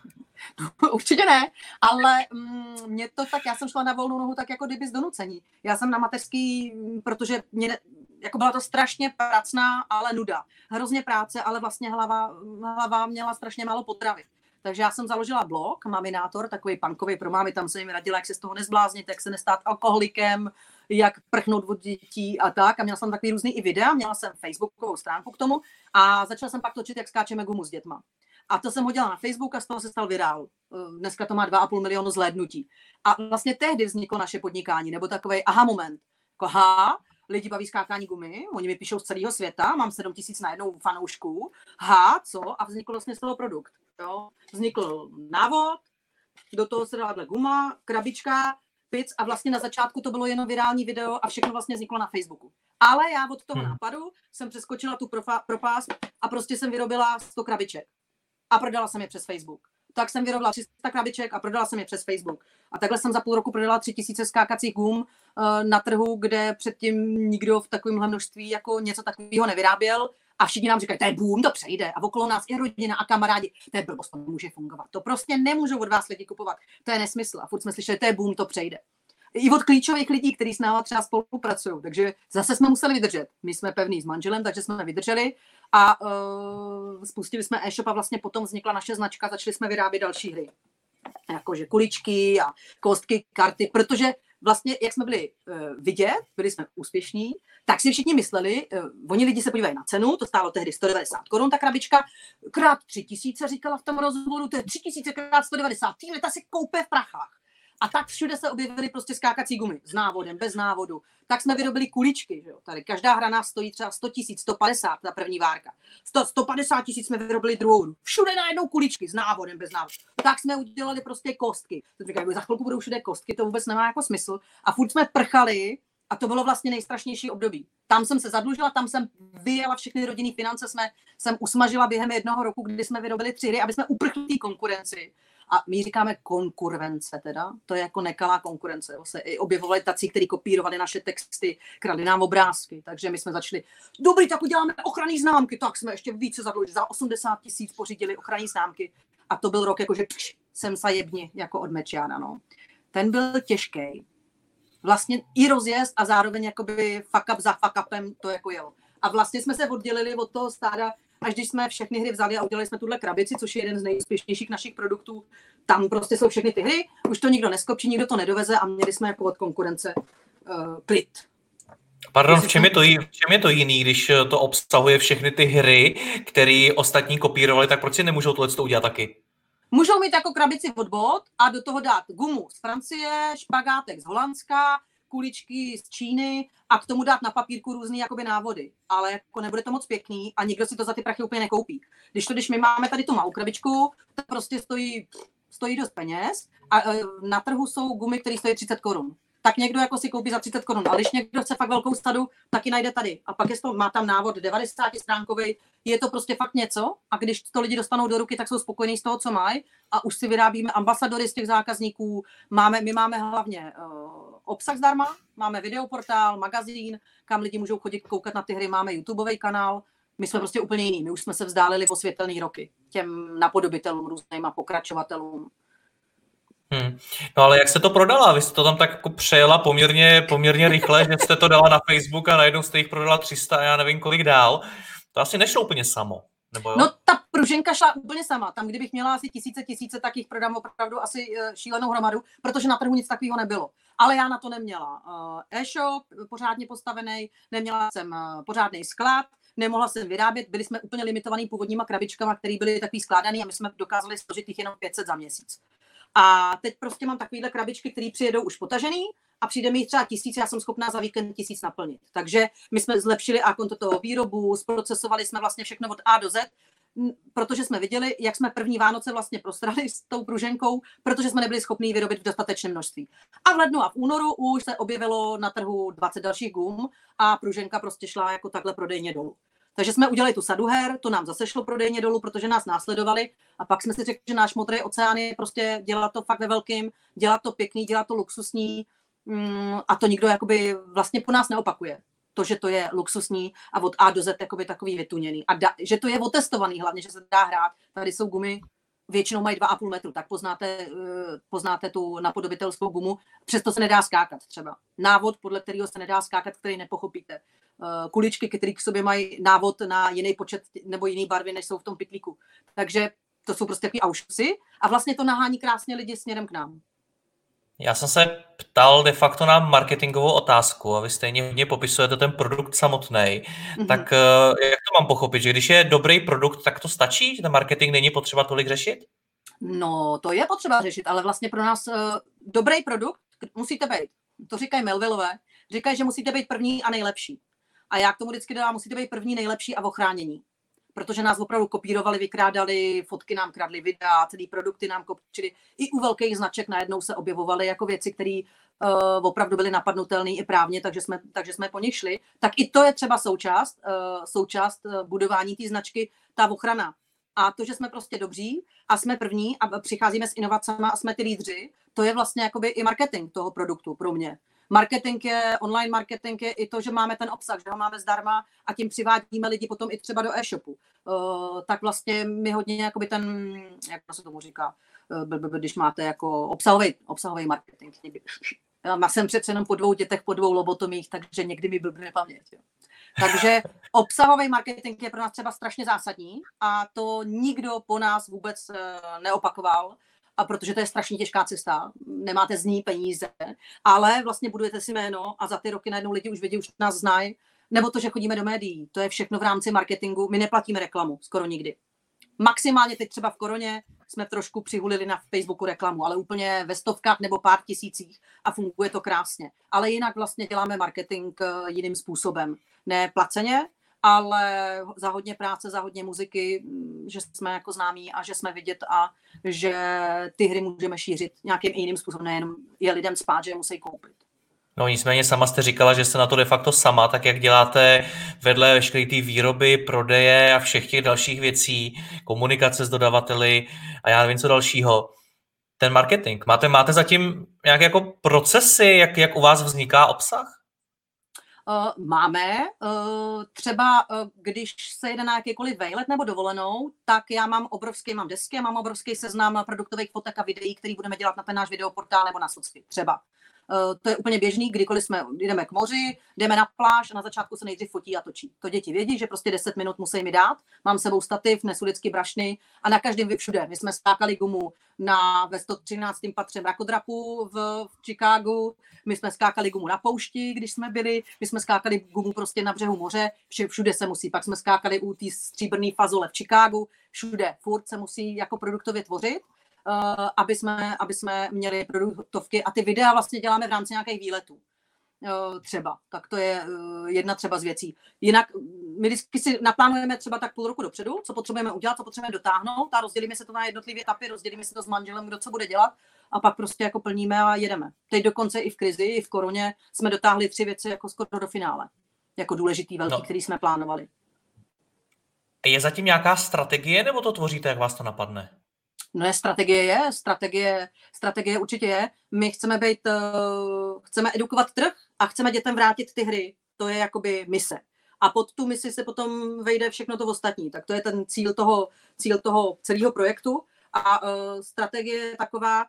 Určitě ne, ale mě to tak, já jsem šla na volnou nohu tak jako kdyby z donucení. Já jsem na mateřský, protože jako byla to strašně pracná, ale nuda. Hrozně práce, ale vlastně hlava měla strašně málo potravy. Takže já jsem založila blog, Maminátor, takový punkový pro mámy, tam jsem jim radila, jak se z toho nezbláznit, jak se nestát alkoholikem, jak prchnout od dětí a tak. A měla jsem takový různý i videa, měla jsem facebookovou stránku k tomu a začala jsem pak točit, jak skáčeme gumu s dětma. A to jsem hodila na Facebook a z toho se stal virál. Dneska to má 2,5 milionu zhlédnutí. A vlastně tehdy vzniklo naše podnikání, nebo takový aha moment. Jako lidi baví skákání gumy, oni mi píšou z celého světa, mám 7 000 najednou fanoušků. Co? A vznikl vlastně z toho produkt. Jo? Vznikl návod, do toho se dala guma, krabička, pic a vlastně na začátku to bylo jenom virální video a všechno vlastně vzniklo na Facebooku. Ale já od toho nápadu jsem přeskočila tu propást a prostě jsem vyrobila 100 krabiček. A prodala jsem je přes Facebook. Tak jsem vyrobila 300 krabiček a prodala jsem je přes Facebook. A takhle jsem za půl roku prodala 3000 skákacích gum na trhu, kde předtím nikdo v takovémhle množství jako něco takového nevyráběl. A všichni nám říkají, to je boom, to přejde. A okolo nás i rodina a kamarádi, to je blbost, to může fungovat. To prostě nemůžou od vás lidi kupovat. To je nesmysl. A furt jsme slyšeli, to je boom, to přejde. I od klíčových lidí, kteří s náma třeba spolupracují. Takže zase jsme museli vydržet. My jsme pevní s manželem, takže jsme vydrželi a spustili jsme e-shop a vlastně potom vznikla naše značka, začali jsme vyrábět další hry. Jakože kuličky a kostky, karty, protože vlastně, jak jsme byli vidět, byli jsme úspěšní, tak si všichni mysleli, oni lidi se podívají na cenu, to stálo tehdy 190 korun ta krabička, krát 3000 říkala v tom rozhovoru, to je 3000 krát 190, ta se koupe v prachách. A tak všude se objevily prostě skákací gumy s návodem, bez návodu. Tak jsme vyrobili kuličky, že jo? Tady každá hra nás stojí třeba 100 000, 150 ta první várka. 150 000 jsme vyrobili druhou hru. Všude najednou kuličky s návodem, bez návodu. Tak jsme udělali prostě kostky. To říkají, za chvilku budou všude kostky, to vůbec nemá jako smysl. A furt jsme prchali a to bylo vlastně nejstrašnější období. Tam jsem se zadlužila, tam jsem vyjela všechny rodinné finance, jsem usmažila během 1 roku, kdy jsme vyrobili 3 hry, aby jsme uprchli té konkurenci. A my říkáme konkurence teda, to je jako nekalá konkurence. Se i objevovali tací, kteří kopírovali naše texty, kradli nám obrázky, takže my jsme začali, dobrý, tak uděláme ochranné známky, tak jsme ještě více zadlužili, za 80 000 pořídili ochranné známky. A to byl rok jakože jsem sajebni, jako od Mečiana, no. Ten byl těžký. Vlastně i rozjezd a zároveň jakoby fuck up za fuck upem to jako jelo. A vlastně jsme se oddělili od toho stáda, až když jsme všechny hry vzali a udělali jsme tuhle krabici, což je jeden z nejúspěšnějších našich produktů. Tam prostě jsou všechny ty hry, už to nikdo neskopčí, nikdo to nedoveze a měli jsme jako od konkurence klid. Pardon, v čem je to jiný, když to obsahuje všechny ty hry, které ostatní kopírovali, tak proč si nemůžou tohle udělat taky? Můžou mít jako krabici od bod a do toho dát gumu z Francie, špagátek z Holandska, kuličky z Číny a k tomu dát na papírku různý jakoby návody. Ale jako nebude to moc pěkný a nikdo si to za ty prachy úplně nekoupí. Když my máme tady tu malou krabičku, to prostě stojí dost peněz a na trhu jsou gumy, které stojí 30 korun. Tak někdo jako si koupí za 30 korun, ale když někdo chce fakt velkou sadu, tak ji najde tady. A pak má tam návod 90 stránkový, je to prostě fakt něco a když to lidi dostanou do ruky, tak jsou spokojení z toho, co mají a už si vyrábíme ambasadory z těch zákazníků. My máme hlavně obsah zdarma, máme videoportál, magazín, kam lidi můžou chodit koukat na ty hry, máme YouTubeový kanál. My jsme prostě úplně jiný, my už jsme se vzdálili o světelný roky těm napodobitelům, různým pokračovatelům. No ale jak jste to prodala? Vy jste to tam tak jako přejela poměrně rychle, že jste to dala na Facebook a najednou jste jich prodala 300 a já nevím kolik dál. To asi nešlo úplně samo. Nebo jo? No ta pruženka šla úplně sama. Tam, kdybych měla asi tisíce, tak jich prodám opravdu asi šílenou hromadu, protože na trhu nic takového nebylo. Ale já na to neměla e-shop pořádně postavený, neměla jsem pořádný sklad, nemohla jsem vyrábět, byli jsme úplně limitovaný původníma krabičkama, které byly takový skládaný a my jsme dokázali složit jich jenom 500 za měsíc. A teď prostě mám takovýhle krabičky, které přijedou už potažený a přijde mi jich třeba 1000, já jsem schopná za víkend 1000 naplnit. Takže my jsme zlepšili toho výrobu, zprocesovali jsme vlastně všechno od A do Z, protože jsme viděli, jak jsme první Vánoce vlastně prostrali s tou pruženkou, protože jsme nebyli schopni vyrobit v dostatečném množství. A v lednu a v únoru už se objevilo na trhu 20 dalších gum a pruženka prostě šla jako takhle prodejně dolů. Takže jsme udělali tu sadu her, to nám zase šlo prodejně dolů, protože nás následovali a pak jsme si řekli, že náš Modrý oceán je prostě dělat to fakt ve velkým, dělat to pěkný, dělat to luxusní a to nikdo jakoby vlastně po nás neopakuje. To, že to je luxusní a od A do Z jakoby takový vytuněný. A že to je otestovaný hlavně, že se dá hrát. Tady jsou gumy, většinou mají 2,5 metru, tak poznáte tu napodobitelskou gumu, přesto se nedá skákat třeba. Návod, podle kterého se nedá skákat, který nepochopíte. Kuličky, které k sobě mají návod na jiný počet nebo jiný barvy, než jsou v tom pytlíku. Takže to jsou prostě takový aušusy a vlastně to nahání krásně lidi směrem k nám. Já jsem se ptal de facto na marketingovou otázku a vy stejně hodně popisujete ten produkt samotný. Tak jak to mám pochopit, že když je dobrý produkt, tak to stačí? Že ten marketing není potřeba tolik řešit? No, to je potřeba řešit, ale vlastně pro nás dobrý produkt musíte být. To říkají Melvillové. Říkají, že musíte být první a nejlepší. A já k tomu vždycky dávám, musíte být první, nejlepší a ochránění. Protože nás opravdu kopírovali, vykrádali, fotky nám kradli, videa, celý produkty nám kopčili. I u velkých značek najednou se objevovaly jako věci, které opravdu byly napadnutelné i právně, takže jsme po nich šli. Tak i to je třeba součást budování té značky, ta ochrana. A to, že jsme prostě dobří a jsme první a přicházíme s inovacemi a jsme ty lídři, to je vlastně jakoby i marketing toho produktu pro mě. Online marketing je i to, že máme ten obsah, že ho máme zdarma a tím přivádíme lidi potom i třeba do e-shopu. Tak vlastně my hodně jakoby ten, jak se tomu říká, když máte jako obsahový marketing. Já jsem přece jenom po 2 dětech, po 2 lobotomích, takže někdy mi blbne paměť. Jo. Takže obsahový marketing je pro nás třeba strašně zásadní a to nikdo po nás vůbec neopakoval. A protože to je strašně těžká cesta, nemáte z ní peníze, ale vlastně budujete si jméno a za ty roky najednou lidi už vědí, už nás znají, nebo to, že chodíme do médií. To je všechno v rámci marketingu. My neplatíme reklamu, skoro nikdy. Maximálně teď třeba v koroně jsme trošku přihulili na Facebooku reklamu, ale úplně ve stovkách nebo pár tisících a funguje to krásně. Ale jinak vlastně děláme marketing jiným způsobem. Ne placeně, ale za hodně práce, za hodně muziky, že jsme jako známí a že jsme vidět a že ty hry můžeme šířit nějakým jiným způsobem, nejenom je lidem spát, že je musí koupit. No nicméně sama jste říkala, že jste na to de facto sama, tak jak děláte vedle veškeré ty výroby, prodeje a všech těch dalších věcí, komunikace s dodavateli a já nevím co dalšího, ten marketing, máte zatím nějaké jako procesy, jak u vás vzniká obsah? Máme. Třeba když se jede na jakýkoliv vejlet nebo dovolenou, tak já mám desky a mám obrovský seznam produktových fotek a videí, který budeme dělat na ten náš videoportál nebo na socky třeba. To je úplně běžný, kdykoliv jdeme k moři, jdeme na pláž a na začátku se nejdřív fotí a točí. To děti vědí, že prostě 10 minut musí mi dát. Mám s sebou stativ, nesu vždycky brašny a na každém všude. My jsme skákali gumu ve 113. patře mrakodrapu v Chicagu, my jsme skákali gumu na poušti, když jsme byli, my jsme skákali gumu prostě na břehu moře, všude se musí. Pak jsme skákali u té stříbrné fazole v Chicagu, všude, furt se musí jako produktově tvořit. Aby jsme měli produktovky a ty videa vlastně děláme v rámci nějakých výletů. Třeba. Tak to je jedna třeba z věcí. Jinak my vždycky si naplánujeme třeba tak půl roku dopředu, co potřebujeme udělat, co potřebujeme dotáhnout a rozdělíme se to na jednotlivé etapy, rozdělíme se to s manželem, kdo co bude dělat a pak prostě jako plníme a jedeme. Teď dokonce i v krizi, i v koroně jsme dotáhli 3 věci jako skoro do finále. Jako důležitý velký, který jsme plánovali. Je zatím nějaká strategie, nebo to tvoříte, jak vás to napadne? No strategie určitě je. My chceme edukovat trh a chceme dětem vrátit ty hry. To je jakoby mise. A pod tu misi se potom vejde všechno to ostatní. Tak to je ten cíl toho celého projektu. A strategie je taková,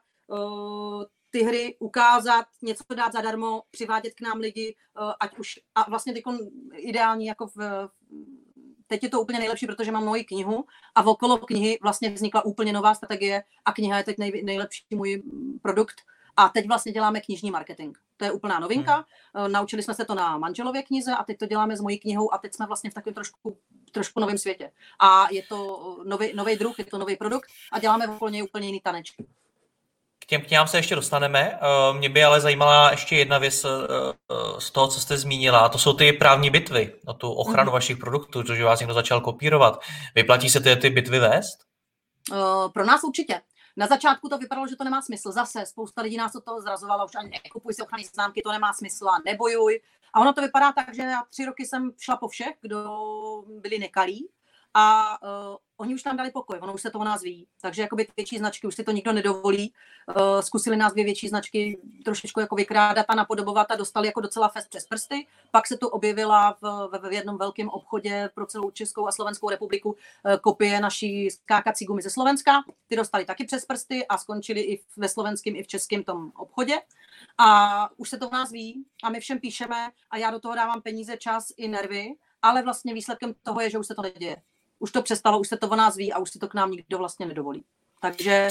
ty hry ukázat, něco dát zadarmo, přivádět k nám lidi, ať už, a vlastně ideální jako teď je to úplně nejlepší, protože mám moji knihu a okolo knihy vlastně vznikla úplně nová strategie a kniha je teď nejlepší můj produkt. A teď vlastně děláme knižní marketing. To je úplná novinka. Naučili jsme se to na manželově knize a teď to děláme s mojí knihou a teď jsme vlastně v takovém trošku novém světě. A je to nový druh, je to nový produkt a děláme úplně jiný tanečky. K těm knihám se ještě dostaneme. Mě by ale zajímala ještě jedna věc z toho, co jste zmínila. To jsou ty právní bitvy, o tu ochranu vašich produktů, protože vás někdo začal kopírovat. Vyplatí se ty bitvy vést? Pro nás určitě. Na začátku to vypadalo, že to nemá smysl. Zase spousta lidí nás od toho zrazovalo, už ani nekupuj si ochranné známky, to nemá smysl a nebojuj. A ono to vypadá tak, že já 3 roky jsem šla po všech, kdo byli nekalí a oni už tam dali pokoj, ono už se to o nás ví. Takže jakoby větší značky už si to nikdo nedovolí. Zkusili nás 2 větší značky trošičku jako vykrádat a napodobovat a dostali jako docela fest přes prsty. Pak se tu objevila v jednom velkém obchodě pro celou Českou a Slovenskou republiku kopie naší skákací gumy ze Slovenska. Ty dostali taky přes prsty a skončili i ve slovenském, i v českém tom obchodě. A už se to o nás ví a my všem píšeme a já do toho dávám peníze, čas i nervy, ale vlastně výsledkem toho je, že už se to neděje. Už to přestalo, už se to o nás ví a už si to k nám nikdo vlastně nedovolí. Takže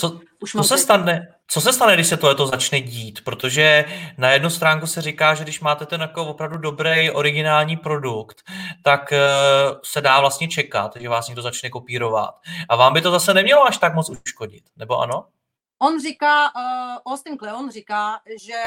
Co se stane, když se tohleto začne dít? Protože na jednu stránku se říká, že když máte ten jako opravdu dobrý originální produkt, tak se dá vlastně čekat, že vás někdo začne kopírovat. A vám by to zase nemělo až tak moc uškodit, nebo ano? On říká, Austin Kleon říká, že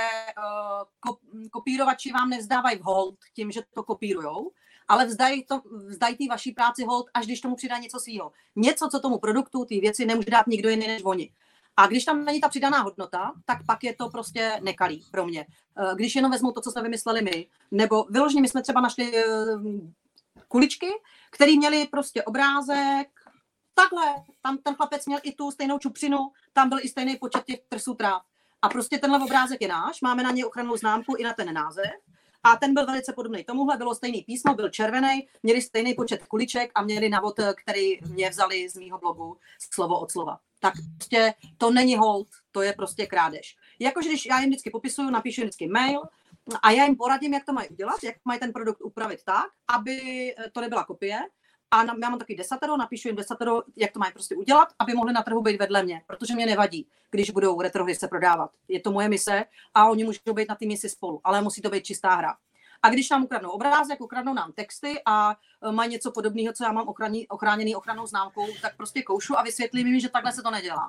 kopírovači vám nevzdávají hold tím, že to kopírujou, ale vzdají té vaší práci hold, až když tomu přidá něco svýho. Něco, co tomu produktu, ty věci nemůže dát nikdo jiný než oni. A když tam není ta přidaná hodnota, tak pak je to prostě nekalý pro mě. Když jenom vezmu to, co jsme vymysleli my, nebo vyloženě my jsme třeba našli kuličky, které měly prostě obrázek, takhle, tam ten chlapec měl i tu stejnou čupřinu, tam byl i stejný počet těch trsů tráv. A prostě tenhle obrázek je náš, máme na něj ochrannou známku i na ten název. A ten byl velice podobný tomuhle, bylo stejný písmo, byl červený, měli stejný počet kuliček a měli návod, který mě vzali z mýho blogu slovo od slova. Tak prostě to není hold, to je prostě krádež. Jakože když já jim vždycky popisuju, napíšu jim vždycky mail a já jim poradím, jak to mají udělat, jak mají ten produkt upravit tak, aby to nebyla kopie. A já mám takový desatero, napíšu jim desatero, jak to mají prostě udělat, aby mohli na trhu být vedle mě, protože mě nevadí, když budou retrohry se prodávat. Je to moje mise a oni můžou být na té misi spolu, ale musí to být čistá hra. A když nám ukradnou obrázek, ukradnou nám texty a mají něco podobného, co já mám ochráněný ochrannou známkou, tak prostě koušu a vysvětlím jim, že takhle se to nedělá.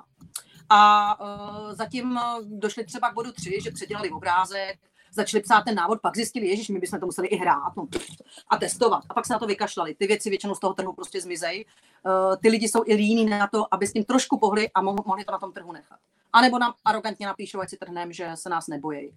A zatím došli třeba k bodu 3, že předělali obrázek, začali psát ten návod, pak zjistili, ježiš, my bychom to museli i hrát a testovat. A pak se na to vykašlali. Ty věci většinou z toho trhu prostě zmizej. Ty lidi jsou i líní na to, aby s tím trošku pohli a mohli to na tom trhu nechat. A nebo nám arrogantně napíšou, ať si trhnem, že se nás nebojí.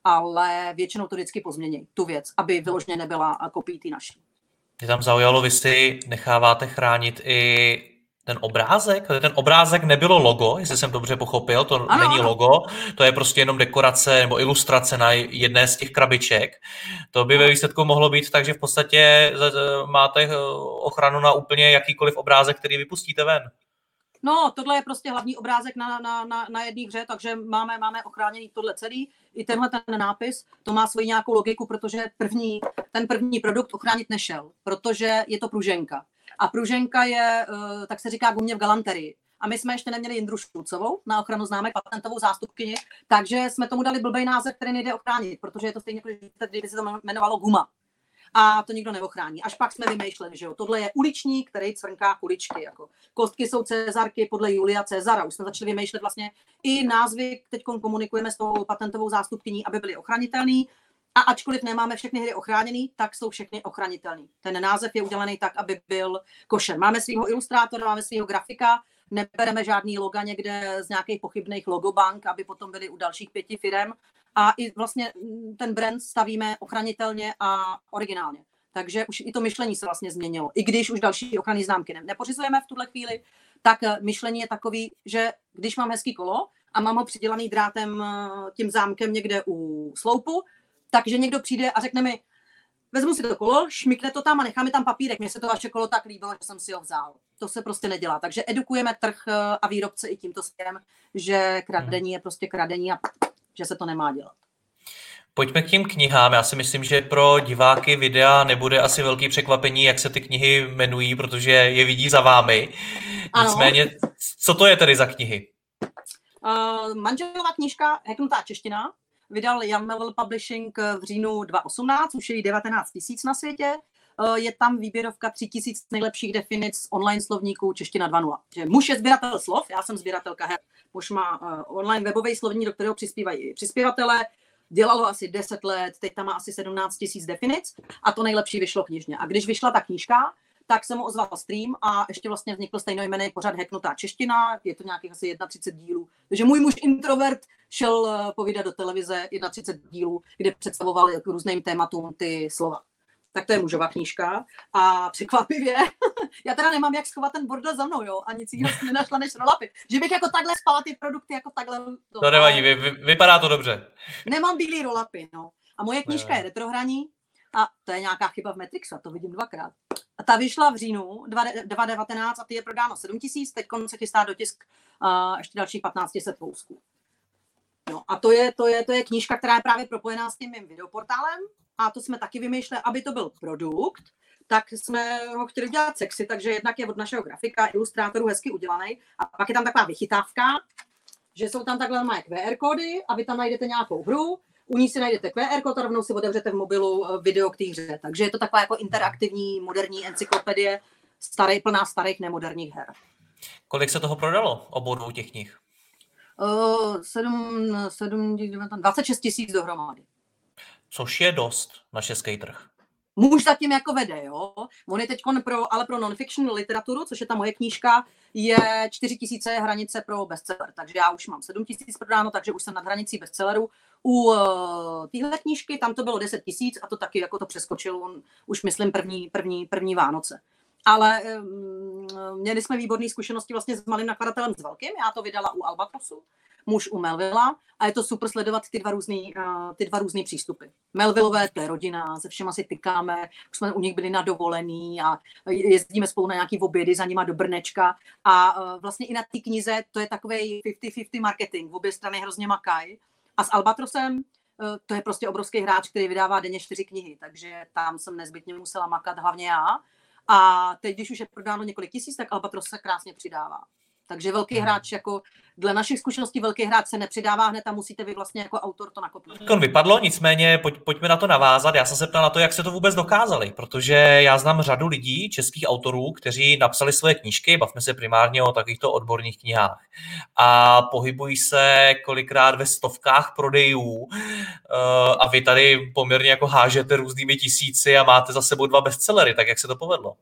Ale většinou to vždycky pozmění, tu věc, aby vyloženě nebyla kopií tý naší. Mě tam zaujalo, vy si necháváte chránit i ten obrázek? Ten obrázek nebylo logo, jestli jsem dobře pochopil, to ano, není ano. logo, to je prostě jenom dekorace nebo ilustrace na jedné z těch krabiček. To by ve výsledku mohlo být tak, že v podstatě máte ochranu na úplně jakýkoliv obrázek, který vypustíte ven. No, tohle je prostě hlavní obrázek na jedné hře, takže máme ochráněný tohle celý. I tenhle ten nápis, to má svoji nějakou logiku, protože ten první produkt ochránit nešel, protože je to pruženka. A pruženka je, tak se říká gumě v galanterii. A my jsme ještě neměli Jindru Šulcovou na ochranu známek, patentovou zástupkyni, takže jsme tomu dali blbej název, který nejde ochránit, protože je to stejně, kdyby se to jmenovalo guma. A to nikdo neochrání. Až pak jsme vymýšleli, že jo, tohle je uličník, který cvrnká kuličky. Jako. Kostky jsou Cezarky podle Julia Cezara. Už jsme začali vymýšlet vlastně i názvy, teď komunikujeme s tou patentovou zástupkyní, aby byly ochranitelný. A ačkoliv nemáme všechny hry ochráněný, tak jsou všechny ochranitelný. Ten název je udělaný tak, aby byl košer. Máme svého ilustrátora, máme svého grafika, nebereme žádný loga někde z nějakých pochybných logobank, aby potom byly u dalších 5 firem. A i vlastně ten brand stavíme ochranitelně a originálně. Takže už i to myšlení se vlastně změnilo. I když už další ochranné známky nepořizujeme v tuhle chvíli, tak myšlení je takový, že když mám hezký kolo a mám ho přidělaný drátem tím zámkem někde u sloupu, takže někdo přijde a řekne mi, vezmu si to kolo, šmikne to tam a necháme tam papírek. Mně se to vaše kolo tak líbilo, že jsem si ho vzal. To se prostě nedělá. Takže edukujeme trh a výrobce i tímto směrem, že kradení je prostě kradení a že se to nemá dělat. Pojďme k těm knihám. Já si myslím, že pro diváky videa nebude asi velký překvapení, jak se ty knihy jmenují, protože je vidí za vámi. Ano. Nicméně, co to je tedy za knihy? Manželová knížka Hacknutá čeština vydal Jan Melville Publishing v říjnu 2018, už je jí 19 000 na světě. Je tam výběrovka 3000 nejlepších definic online slovníků čeština 2.0. Muž je sběratel slov, já jsem sběratelka her. Muž má online webový slovník, do kterého přispívají přispěvatele. Dělalo asi 10 let, teď tam má asi 17 000 definic a to nejlepší vyšlo knižně. A když vyšla ta knížka, tak se mu ozval stream a ještě vlastně vznikl stejnojmenný pořad Hacknutá čeština, je to nějakých asi 31 dílů. Takže můj muž introvert šel povídat do televize 31 dílů, kde představoval k různým tématům ty slova. Tak to je mužová knížka a překvapivě, já teda nemám jak schovat ten bordel za mnou, jo, a nic jiného jsem nenašla než rolapy. Že bych jako takhle spala ty produkty, jako takhle. To nevadí, vypadá to dobře. Nemám bílý rolapy, no. A moje knížka je retrohraní a to je nějaká chyba v Matrixu, a to vidím dvakrát. A ta vyšla v říjnu 2019 a ty je prodáno 7 000, teď se chystá dotisk ještě dalších 1500 kousků. No a to je knížka, která je právě propojená s tím mým videoportálem a to jsme taky vymýšleli, aby to byl produkt, tak jsme ho chtěli dělat sexy, takže jednak je od našeho grafika, ilustrátorů hezky udělaný a pak je tam taková vychytávka, že jsou tam takhle má QR kódy a vy tam najdete nějakou hru, u ní si najdete QR kód a rovnou si otevřete v mobilu video k té hře. Takže je to taková jako interaktivní, moderní encyklopedie, plná starých nemoderních her. Kolik se toho prodalo, obou dvou těch knih? 26 000 dohromady. Což je dost na český trh. Muž zatím jako vede, jo. On je teď ale pro non-fiction literaturu, což je ta moje knížka, je 4 000 hranice pro bestseller. Takže já už mám 7 000 prodáno, takže už jsem nad hranicí bestselleru. U téhle knížky tam to bylo 10 000 a to taky jako to přeskočil on už myslím první Vánoce. Ale měli jsme výborné zkušenosti vlastně s malým nakladatelem s velkým. Já to vydala u Albatrosu, muž u Melvilla a je to super sledovat ty dva různý přístupy. Melvillové, to je rodina, se všema si tykáme, už jsme u nich byli na dovolený a jezdíme spolu na nějaký obědy za nima do Brnečka a vlastně i na té knize to je takovej 50-50 marketing, obě strany hrozně makají. A s Albatrosem to je prostě obrovský hráč, který vydává denně 4 knihy, takže tam jsem nezbytně musela makat, hlavně já. A teď, když už je prodáno několik tisíc, tak Albatros se krásně přidává. Takže velký hráč, jako dle našich zkušeností, velký hráč se nepřidává hned a musíte vy vlastně jako autor to nakopnout. To vypadlo, nicméně pojďme na to navázat. Já jsem se ptal na to, jak se to vůbec dokázali, protože já znám řadu lidí, českých autorů, kteří napsali svoje knížky, bavme se primárně o takovýchto odborných knihách a pohybují se kolikrát ve stovkách prodejů a vy tady poměrně jako hážete různými tisíci a máte za sebou 2 bestsellery, tak jak se to povedlo?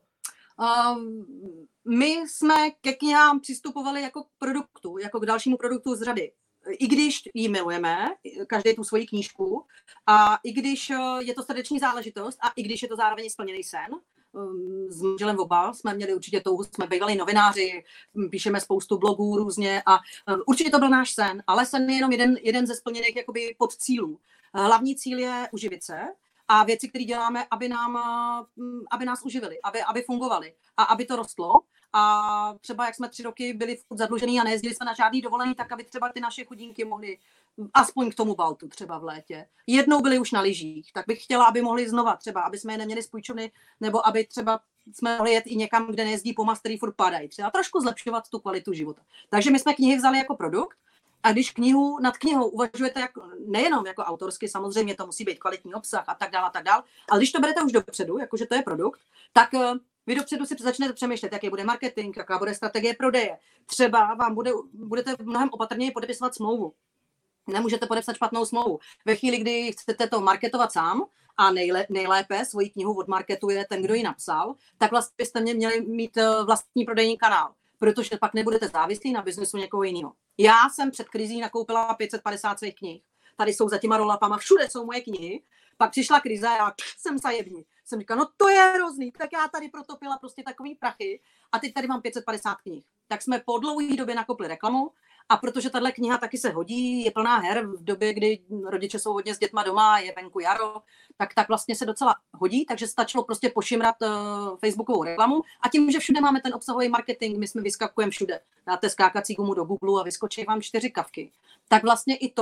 My jsme ke knihám přistupovali jako k produktu, jako k dalšímu produktu z řady. I když ji milujeme, každý tu svoji knížku, a i když je to srdeční záležitost, a i když je to zároveň splněný sen, s manželem oba jsme měli určitě touhu, jsme bývali novináři, píšeme spoustu blogů různě a určitě to byl náš sen, ale sen je jenom jeden ze splněných jakoby podcílů. Hlavní cíl je uživit se, a věci, které děláme, aby nás uživili, aby fungovaly a aby to rostlo. A třeba jak jsme 3 roky byli zadlužený a nejezdili jsme na žádný dovolený, tak aby třeba ty naše chudinky mohly aspoň k tomu Baltu třeba v létě. Jednou byli už na lyžích, tak bych chtěla, aby mohli znova třeba, aby jsme je neměli z půjčovny, nebo aby třeba jsme mohli jet i někam, kde nejezdí pomas, který furt padají. Třeba trošku zlepšovat tu kvalitu života. Takže my jsme knihy vzali jako produkt. A když nad knihou uvažujete nejenom jako autorsky, samozřejmě to musí být kvalitní obsah a tak dále, ale když to berete už dopředu, jakože to je produkt, tak vy dopředu si začnete přemýšlet, jaký bude marketing, jaká bude strategie prodeje. Třeba vám budete mnohem opatrněji podepisovat smlouvu. Nemůžete podepsat špatnou smlouvu. Ve chvíli, kdy chcete to marketovat sám a nejlépe svoji knihu odmarketuje ten, kdo ji napsal, tak vlastně byste měli mít vlastní prodejní kanál, protože pak nebudete závislí na biznesu někoho jiného. Já jsem před krizí nakoupila 550 svých knih. Tady jsou za těma rolapama, všude jsou moje knihy. Pak přišla krize a já jsem sajební. Jsem říkala, no to je hrozný, tak já tady protopila prostě takový prachy a teď tady mám 550 knih. Tak jsme po dlouhé době nakopli reklamu a protože tahle kniha taky se hodí, je plná her v době, kdy rodiče jsou hodně s dětma doma, je venku jaro, tak vlastně se docela hodí, takže stačilo prostě pošimrat facebookovou reklamu a tím, že všude máme ten obsahový marketing, my jsme vyskakujeme všude. Dáte skákací gumu do Google a vyskočí vám 4 kavky. Tak vlastně i to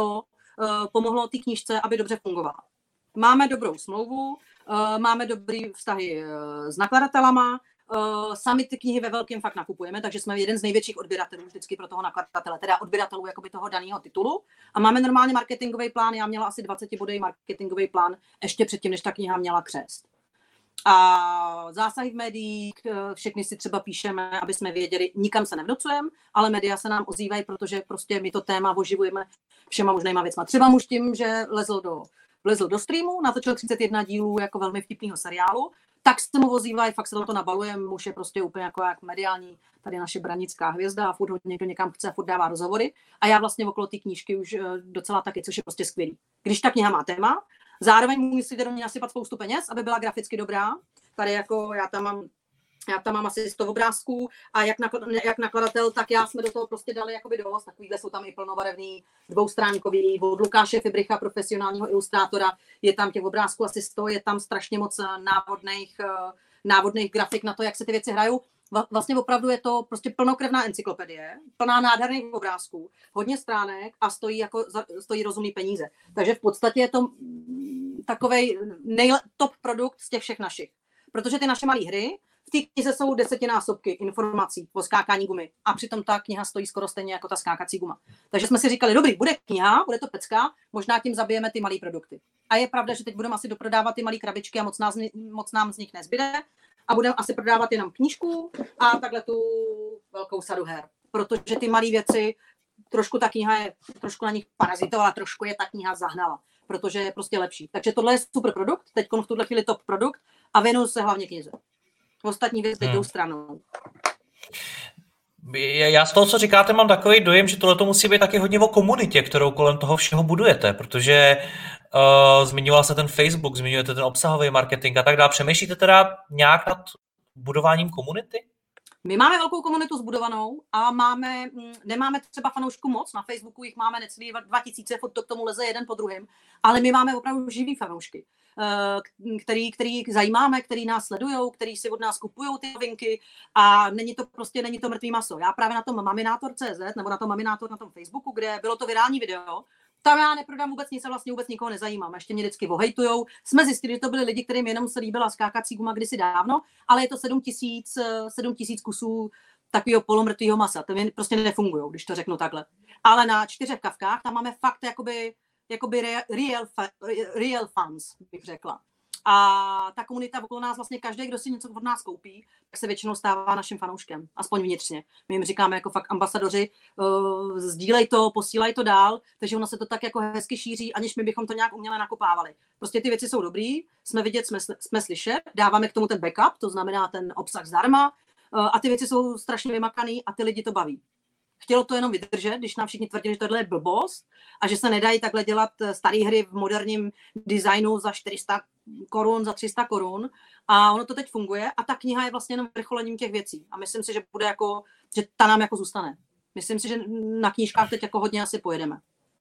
pomohlo té knížce, aby dobře fungovala. Máme dobrou smlouvu, máme dobrý vztahy s nakladatelama, sami ty knihy ve velkém fakt nakupujeme, takže jsme jeden z největších odběratelů vždycky pro toho nakladatele, teda odběratelů jakoby toho daného titulu. A máme normálně marketingový plán, já měla asi 20bodový marketingový plán ještě předtím, než ta kniha měla křest. A zásahy v médiích, všechny si třeba píšeme, aby jsme věděli, nikam se nevnucujeme, ale média se nám ozývají, protože prostě my to téma oživujeme všema možnýma věcma. Třeba muž tím, že vlezl do streamu, natočil 31 dílů jako velmi vtipného seriálu, tak se mu ozývají, fakt se na to nabalujeme, muž je prostě úplně jako jak mediální, tady naše branická hvězda a furt někdo někam chce a furt dává rozhovory. A já vlastně okolo té knížky už docela taky, což je prostě skvělý. Když ta kniha má téma, zároveň musíte do ní nasypat spoustu peněz, aby byla graficky dobrá. Tady jako já tam mám asi 100 obrázků a jak nakladatel, tak já jsme do toho prostě dali jakoby dost. Takovýhle jsou tam i plnobarevný, dvoustránkový, od Lukáše Fibricha, profesionálního ilustrátora, je tam těch obrázků asi 100, je tam strašně moc návodných grafik na to, jak se ty věci hrajou. Vlastně opravdu je to prostě plnokrevná encyklopedie, plná nádherných obrázků, hodně stránek a stojí rozumný peníze. Takže v podstatě je to takovej top produkt z těch všech našich. Protože ty naše malé hry, v té knize jsou 10násobky informací o skákání gumy a přitom ta kniha stojí skoro stejně jako ta skákací guma. Takže jsme si říkali, dobrý, bude kniha, bude to pecka, možná tím zabijeme ty malé produkty. A je pravda, že teď budeme asi doprodávat ty malé krabičky a moc nám z nich nezbyde a budeme asi prodávat jenom knížku a takhle tu velkou sadu her. Protože ty malé věci, trošku ta kniha je, trošku na nich parazitovala, trošku je ta kniha zahnala, protože je prostě lepší. Takže tohle je super produkt, teď v tuhle chvíli top produkt a věnuju se hlavně knize. Ostatní věci jdou stranou. Já z toho, co říkáte, mám takový dojem, že tohle musí být taky hodně o komunitě, kterou kolem toho všeho budujete, protože zmiňoval se ten Facebook, zmiňujete ten obsahový marketing a tak dále. Přemýšlíte teda nějak nad budováním komunity? My máme velkou komunitu zbudovanou a nemáme třeba fanoušků moc, na Facebooku jich máme necelý 2000, furt to k tomu leze jeden po druhém, ale my máme opravdu živý fanoušky, který zajímáme, který nás sledujou, který si od nás kupují ty novinky a není to mrtvý maso. Já právě na tom Maminátor.cz nebo na tom Maminátor na tom Facebooku, kde bylo to virální video, tam já neprodám vůbec nic a vlastně vůbec nikoho nezajímám. Ještě mě vždycky ohejtujou. Jsme zjistili, že to byli lidi, kterým jenom se líbila skákací guma kdysi dávno, ale je to 7000 kusů takového polomrtvého masa. To prostě nefungují, když to řeknu takhle. Ale na 4 kavkách tam máme fakt jakoby real fans, bych řekla. A ta komunita okolo nás, vlastně každý, kdo si něco od nás koupí, tak se většinou stává naším fanouškem, aspoň vnitřně. My jim říkáme jako fakt ambasadoři, sdílej to, posílej to dál, takže ono se to tak jako hezky šíří, aniž my bychom to nějak uměle nakopávali. Prostě ty věci jsou dobrý, jsme vidět, jsme slyšet, dáváme k tomu ten backup, to znamená ten obsah zdarma a ty věci jsou strašně vymakaný a ty lidi to baví. Chtělo to jenom vydržet, když nám všichni tvrdili, že tohle je blbost a že se nedají takhle dělat staré hry v moderním designu za 400 korun, za 300 korun a ono to teď funguje a ta kniha je vlastně jenom vrcholením těch věcí a myslím si, že že ta nám jako zůstane. Myslím si, že na knížkách teď jako hodně asi pojedeme.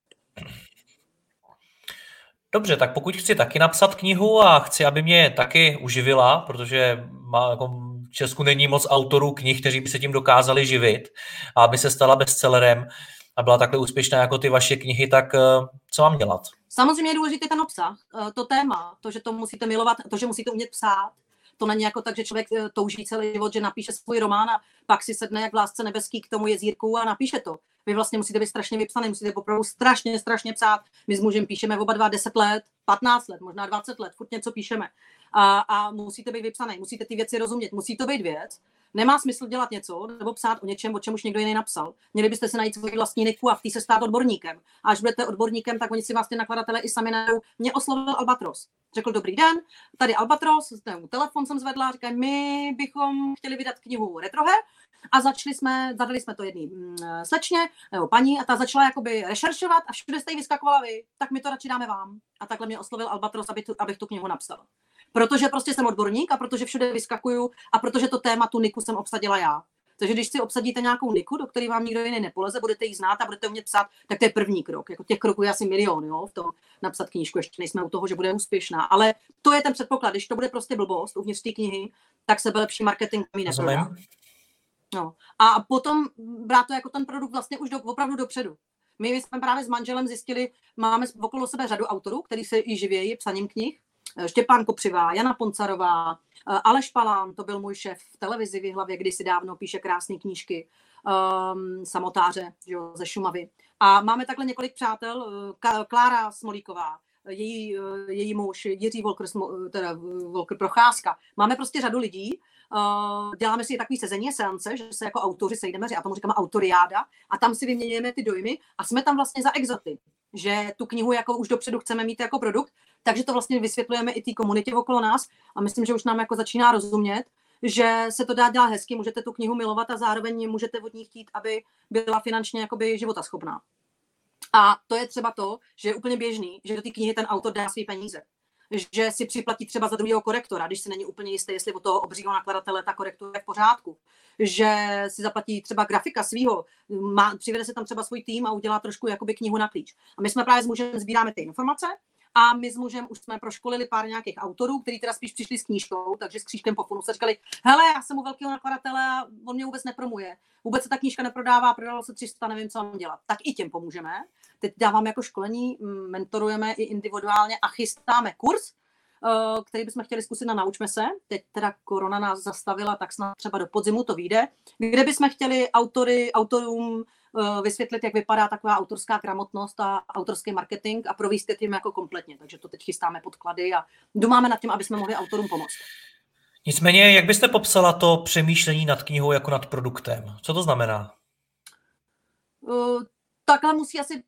Dobře, tak pokud chci taky napsat knihu a chci, aby mě taky uživila, protože v Česku není moc autorů knih, kteří by se tím dokázali živit a aby se stala bestsellerem a byla takhle úspěšná jako ty vaše knihy, tak co mám dělat? Samozřejmě je důležitý ten obsah, to téma, to, že to musíte milovat, to, že musíte umět psát. To není jako tak, že člověk touží celý život, že napíše svůj román a pak si sedne jak v Lásce nebeský k tomu jezírku a napíše to. Vy vlastně musíte být strašně vypsaný, musíte opravdu strašně psát. My s mužem píšeme oba dva 10 let, 15 let, možná 20 let, furt něco píšeme. A musíte být vypsaný, musíte ty věci rozumět, musí to být věc. Nemá smysl dělat něco nebo psát o něčem, o čem už někdo jiný napsal. Měli byste si najít svůj vlastní niku a v té se stát odborníkem. A až budete odborníkem, tak oni si vás ty nakladatelé i sami najdou. Mě oslovil Albatros. Řekl, dobrý den, tady Albatros, telefon jsem zvedla, říkají, my bychom chtěli vydat knihu Retroher a zadali jsme to jedný slečně nebo paní a ta začala jakoby rešeršovat a všude jste jí vyskakovala vy, tak my to radši dáme vám. A takhle mě oslovil Albatros, abych tu knihu napsala. Protože prostě jsem odborník a protože všude vyskakuju a protože to téma, tu niku jsem obsadila já. Takže když si obsadíte nějakou niku, do které vám nikdo jiný nepoleze, budete ji znát a budete umět psát, tak to je první krok. Jako těch kroků je asi milion, jo, v tom napsat knížku. Ještě nejsme u toho, že bude úspěšná, ale to je ten předpoklad. Když to bude prostě blbost uvnitř té knihy, tak sebelepší marketing mi neprodá. No. A potom brát to jako ten produkt vlastně už opravdu dopředu. My jsme právě s manželem zjistili, máme okolo sebe řadu autorů, kteří se i živějí psaním knih. Štěpán Kopřivá, Jana Poncarová, Aleš Palán, to byl můj šéf v televizi v Jihlavě, kdysi dávno, píše krásné knížky, samotáře, jo, ze Šumavy. A máme takhle několik přátel, Klára Smolíková, její muž, Jiří Volker Procházka. Máme prostě řadu lidí, děláme si takový sezení, seance, že se jako autoři sejdeme, a tomu říkáme autoriáda, a tam si vyměňujeme ty dojmy a jsme tam vlastně za exoty, že tu knihu jako už dopředu chceme mít jako produkt, takže to vlastně vysvětlujeme i té komunitě okolo nás a myslím, že už nám jako začíná rozumět, že se to dá dělat hezky, můžete tu knihu milovat a zároveň můžete od ní chtít, aby byla finančně jakoby životaschopná. A to je třeba to, že je úplně běžný, že do té knihy ten autor dá svý peníze. Že si připlatí třeba za druhého korektora, když se není úplně jistý, jestli od toho obřího nakladatele ta korektura je v pořádku. Že si zaplatí třeba grafika svýho, přivede se tam třeba svůj tým a udělá trošku jakoby knihu na klíč. A my jsme právě s mužem sbíráme ty informace a my s mužem už jsme proškolili pár nějakých autorů, kteří teda spíš přišli s knížkou, takže s křížkem po fonu se říkali, hele, já jsem u velkého nakladatele a on mě vůbec nepromuje. Vůbec se ta knížka neprodává, prodalo se 300, nevím, co mám dělat. Tak i těm pomůžeme. Teď dáváme jako školení, mentorujeme i individuálně a chystáme kurz, který bychom chtěli zkusit na Naučme se. Teď teda korona nás zastavila, tak snad třeba do podzimu to vyjde, kde bychom chtěli autorům vysvětlit, jak vypadá taková autorská gramotnost a autorský marketing a provést je tím jako kompletně. Takže to teď chystáme podklady a domáme nad tím, aby jsme mohli autorům pomoct. Nicméně, jak byste popsala to přemýšlení nad knihou jako nad produktem? Co to znamená? Takhle musí asi...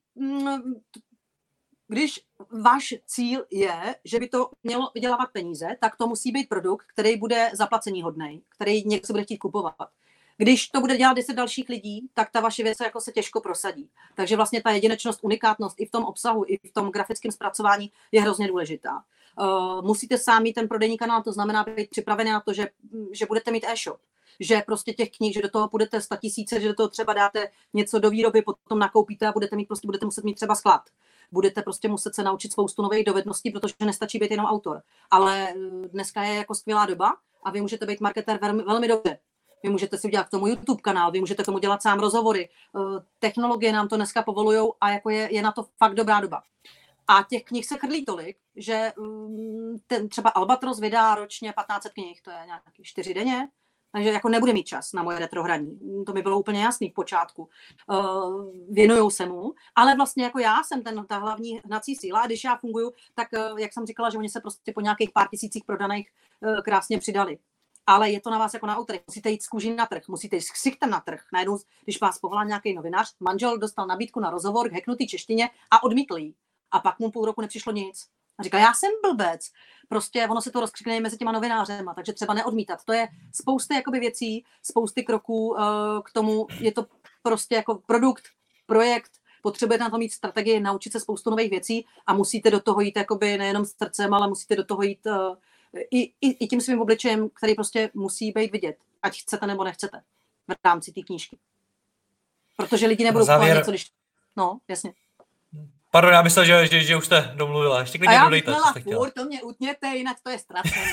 Když váš cíl je, že by to mělo vydělávat peníze, tak to musí být produkt, který bude zaplacení hodnej, který někdo se bude chtít kupovat. Když to bude dělat 10 dalších lidí, tak ta vaše věc jako se těžko prosadí. Takže vlastně ta jedinečnost, unikátnost i v tom obsahu, i v tom grafickém zpracování je hrozně důležitá. Musíte sám mít ten prodejní kanál, to znamená být připravený na to, že budete mít e-shop. Že prostě těch knih, že do toho budete 100 000, že do toho třeba dáte něco do výroby, potom nakoupíte a budete muset mít třeba sklad. Budete prostě muset se naučit spoustu nových dovedností, protože nestačí být jenom autor. Ale dneska je jako skvělá doba a vy můžete být marketér velmi dobře. Vy můžete si udělat k tomu YouTube kanál, vy můžete k tomu dělat sám rozhovory. Technologie nám to dneska povolujou a jako je na to fakt dobrá doba. A těch knih se chrlí tolik, že ten třeba Albatros vydá ročně 1500 knih, to je nějaký 4 denně, takže jako nebude mít čas na moje retrohraní. To mi bylo úplně jasný v počátku. Věnujou se mu, ale vlastně jako já jsem ta hlavní hnací síla a když já funguju, tak jak jsem říkala, že oni se prostě po nějakých pár tisících prodaných krásně přidali. Ale je to na vás jako na autorech. Musíte jít s kůží na trh, musíte jít s ksichtem na trh. Najednou, když vás povolá nějaký novinář, manžel dostal nabídku na rozhovor k hacknutý češtině a odmítl jí. A pak mu půl roku nepřišlo nic. A říkal, já jsem blbec. Prostě ono se to rozkřikne mezi těma novinářema, takže třeba neodmítat. To je spousty jakoby věcí, spousty kroků k tomu. Je to prostě jako produkt, projekt, potřebujete na to mít strategii, naučit se spoustu nových věcí a musíte do toho jít jakoby nejenom s srdcem, ale musíte do toho jít i tím svým obličejem, který prostě musí být vidět, ať chcete nebo nechcete v rámci té knížky. Protože lidi nebudou kupovat něco, když... No, jasně. Pardon, já myslel, že už jste domluvila. Ještě klidně dodejte, co jste chtěla. To mě utněte, jinak to je strašné.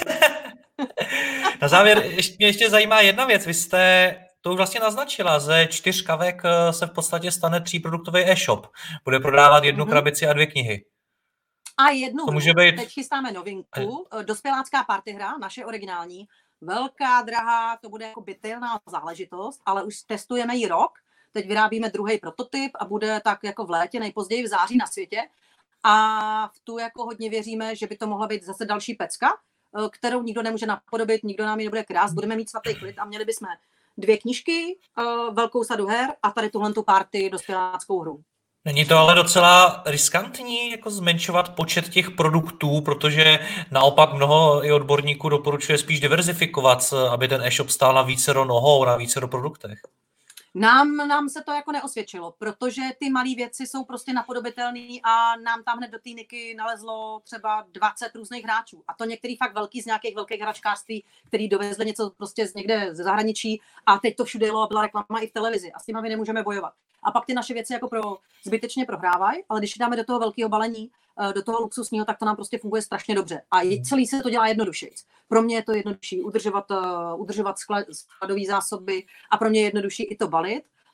Na závěr mě ještě zajímá jedna věc. Vy jste to už vlastně naznačila. Ze 4 kavek se v podstatě stane 3produktový e-shop. Bude prodávat 1 krabici a 2 knihy. A jednu to může být... Teď chystáme novinku, dospělácká partyhra, naše originální. Velká, drahá, to bude jako bytelná záležitost, ale už testujeme ji rok. Teď vyrábíme druhý prototyp a bude tak jako v létě, nejpozději v září na světě. A v tu jako hodně věříme, že by to mohla být zase další pecka, kterou nikdo nemůže napodobit, nikdo nám ji nebude krást, budeme mít svatý klid a měli bychom 2 knížky, velkou sadu her a tady tuhlentu party dospěláckou hru. Není to ale docela riskantní jako zmenšovat počet těch produktů, protože naopak mnoho i odborníků doporučuje spíš diverzifikovat, aby ten e-shop stál na vícero nohou, na vícero produktech. Nám se to jako neosvědčilo, protože ty malé věci jsou prostě napodobitelné a nám tam hned do té niky nalezlo třeba 20 různých hráčů. A to některý fakt velký z nějakých velkých hračkářství, který dovezli něco prostě z někde ze zahraničí a teď to všude jelo a byla reklama i v televizi a s tím my nemůžeme bojovat. A pak ty naše věci jako zbytečně prohrávají, ale když dáme do toho velkého balení, do toho luxusního, tak to nám prostě funguje strašně dobře. A celý se to dělá jednodušeji. Pro mě je to jednodušší udržovat skladové zásoby a pro mě je jednodušší i to balit.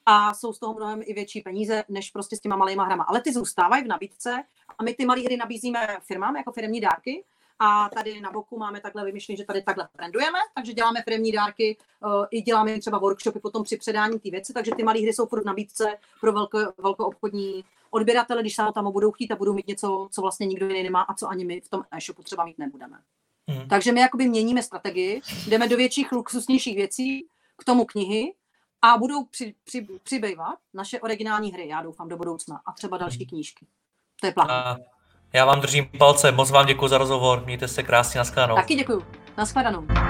a jsou z toho mnohem i větší peníze, než prostě s těma malýma hrama. Ale ty zůstávají v nabídce a my ty malé hry nabízíme firmám jako firemní dárky. A tady na boku máme takhle vymyšlené, že tady takhle brandujeme, takže děláme firemní dárky, i děláme třeba workshopy potom při předání té věci, takže ty malé hry jsou furt v nabídce pro velkoobchodní odběratele, když se tam budou chtít a budou mít něco, co vlastně nikdo jiný nemá a co ani my v tom e-shopu třeba mít nebudeme. Takže my jakoby měníme strategii, jdeme do větších, luxusnějších věcí, k tomu knihy a budou přibývat naše originální hry, já doufám, do budoucna a třeba další knížky. To je plán. Já vám držím palce, moc vám děkuji za rozhovor, mějte se krásně, nashledanou. Taky děkuju, nashledanou.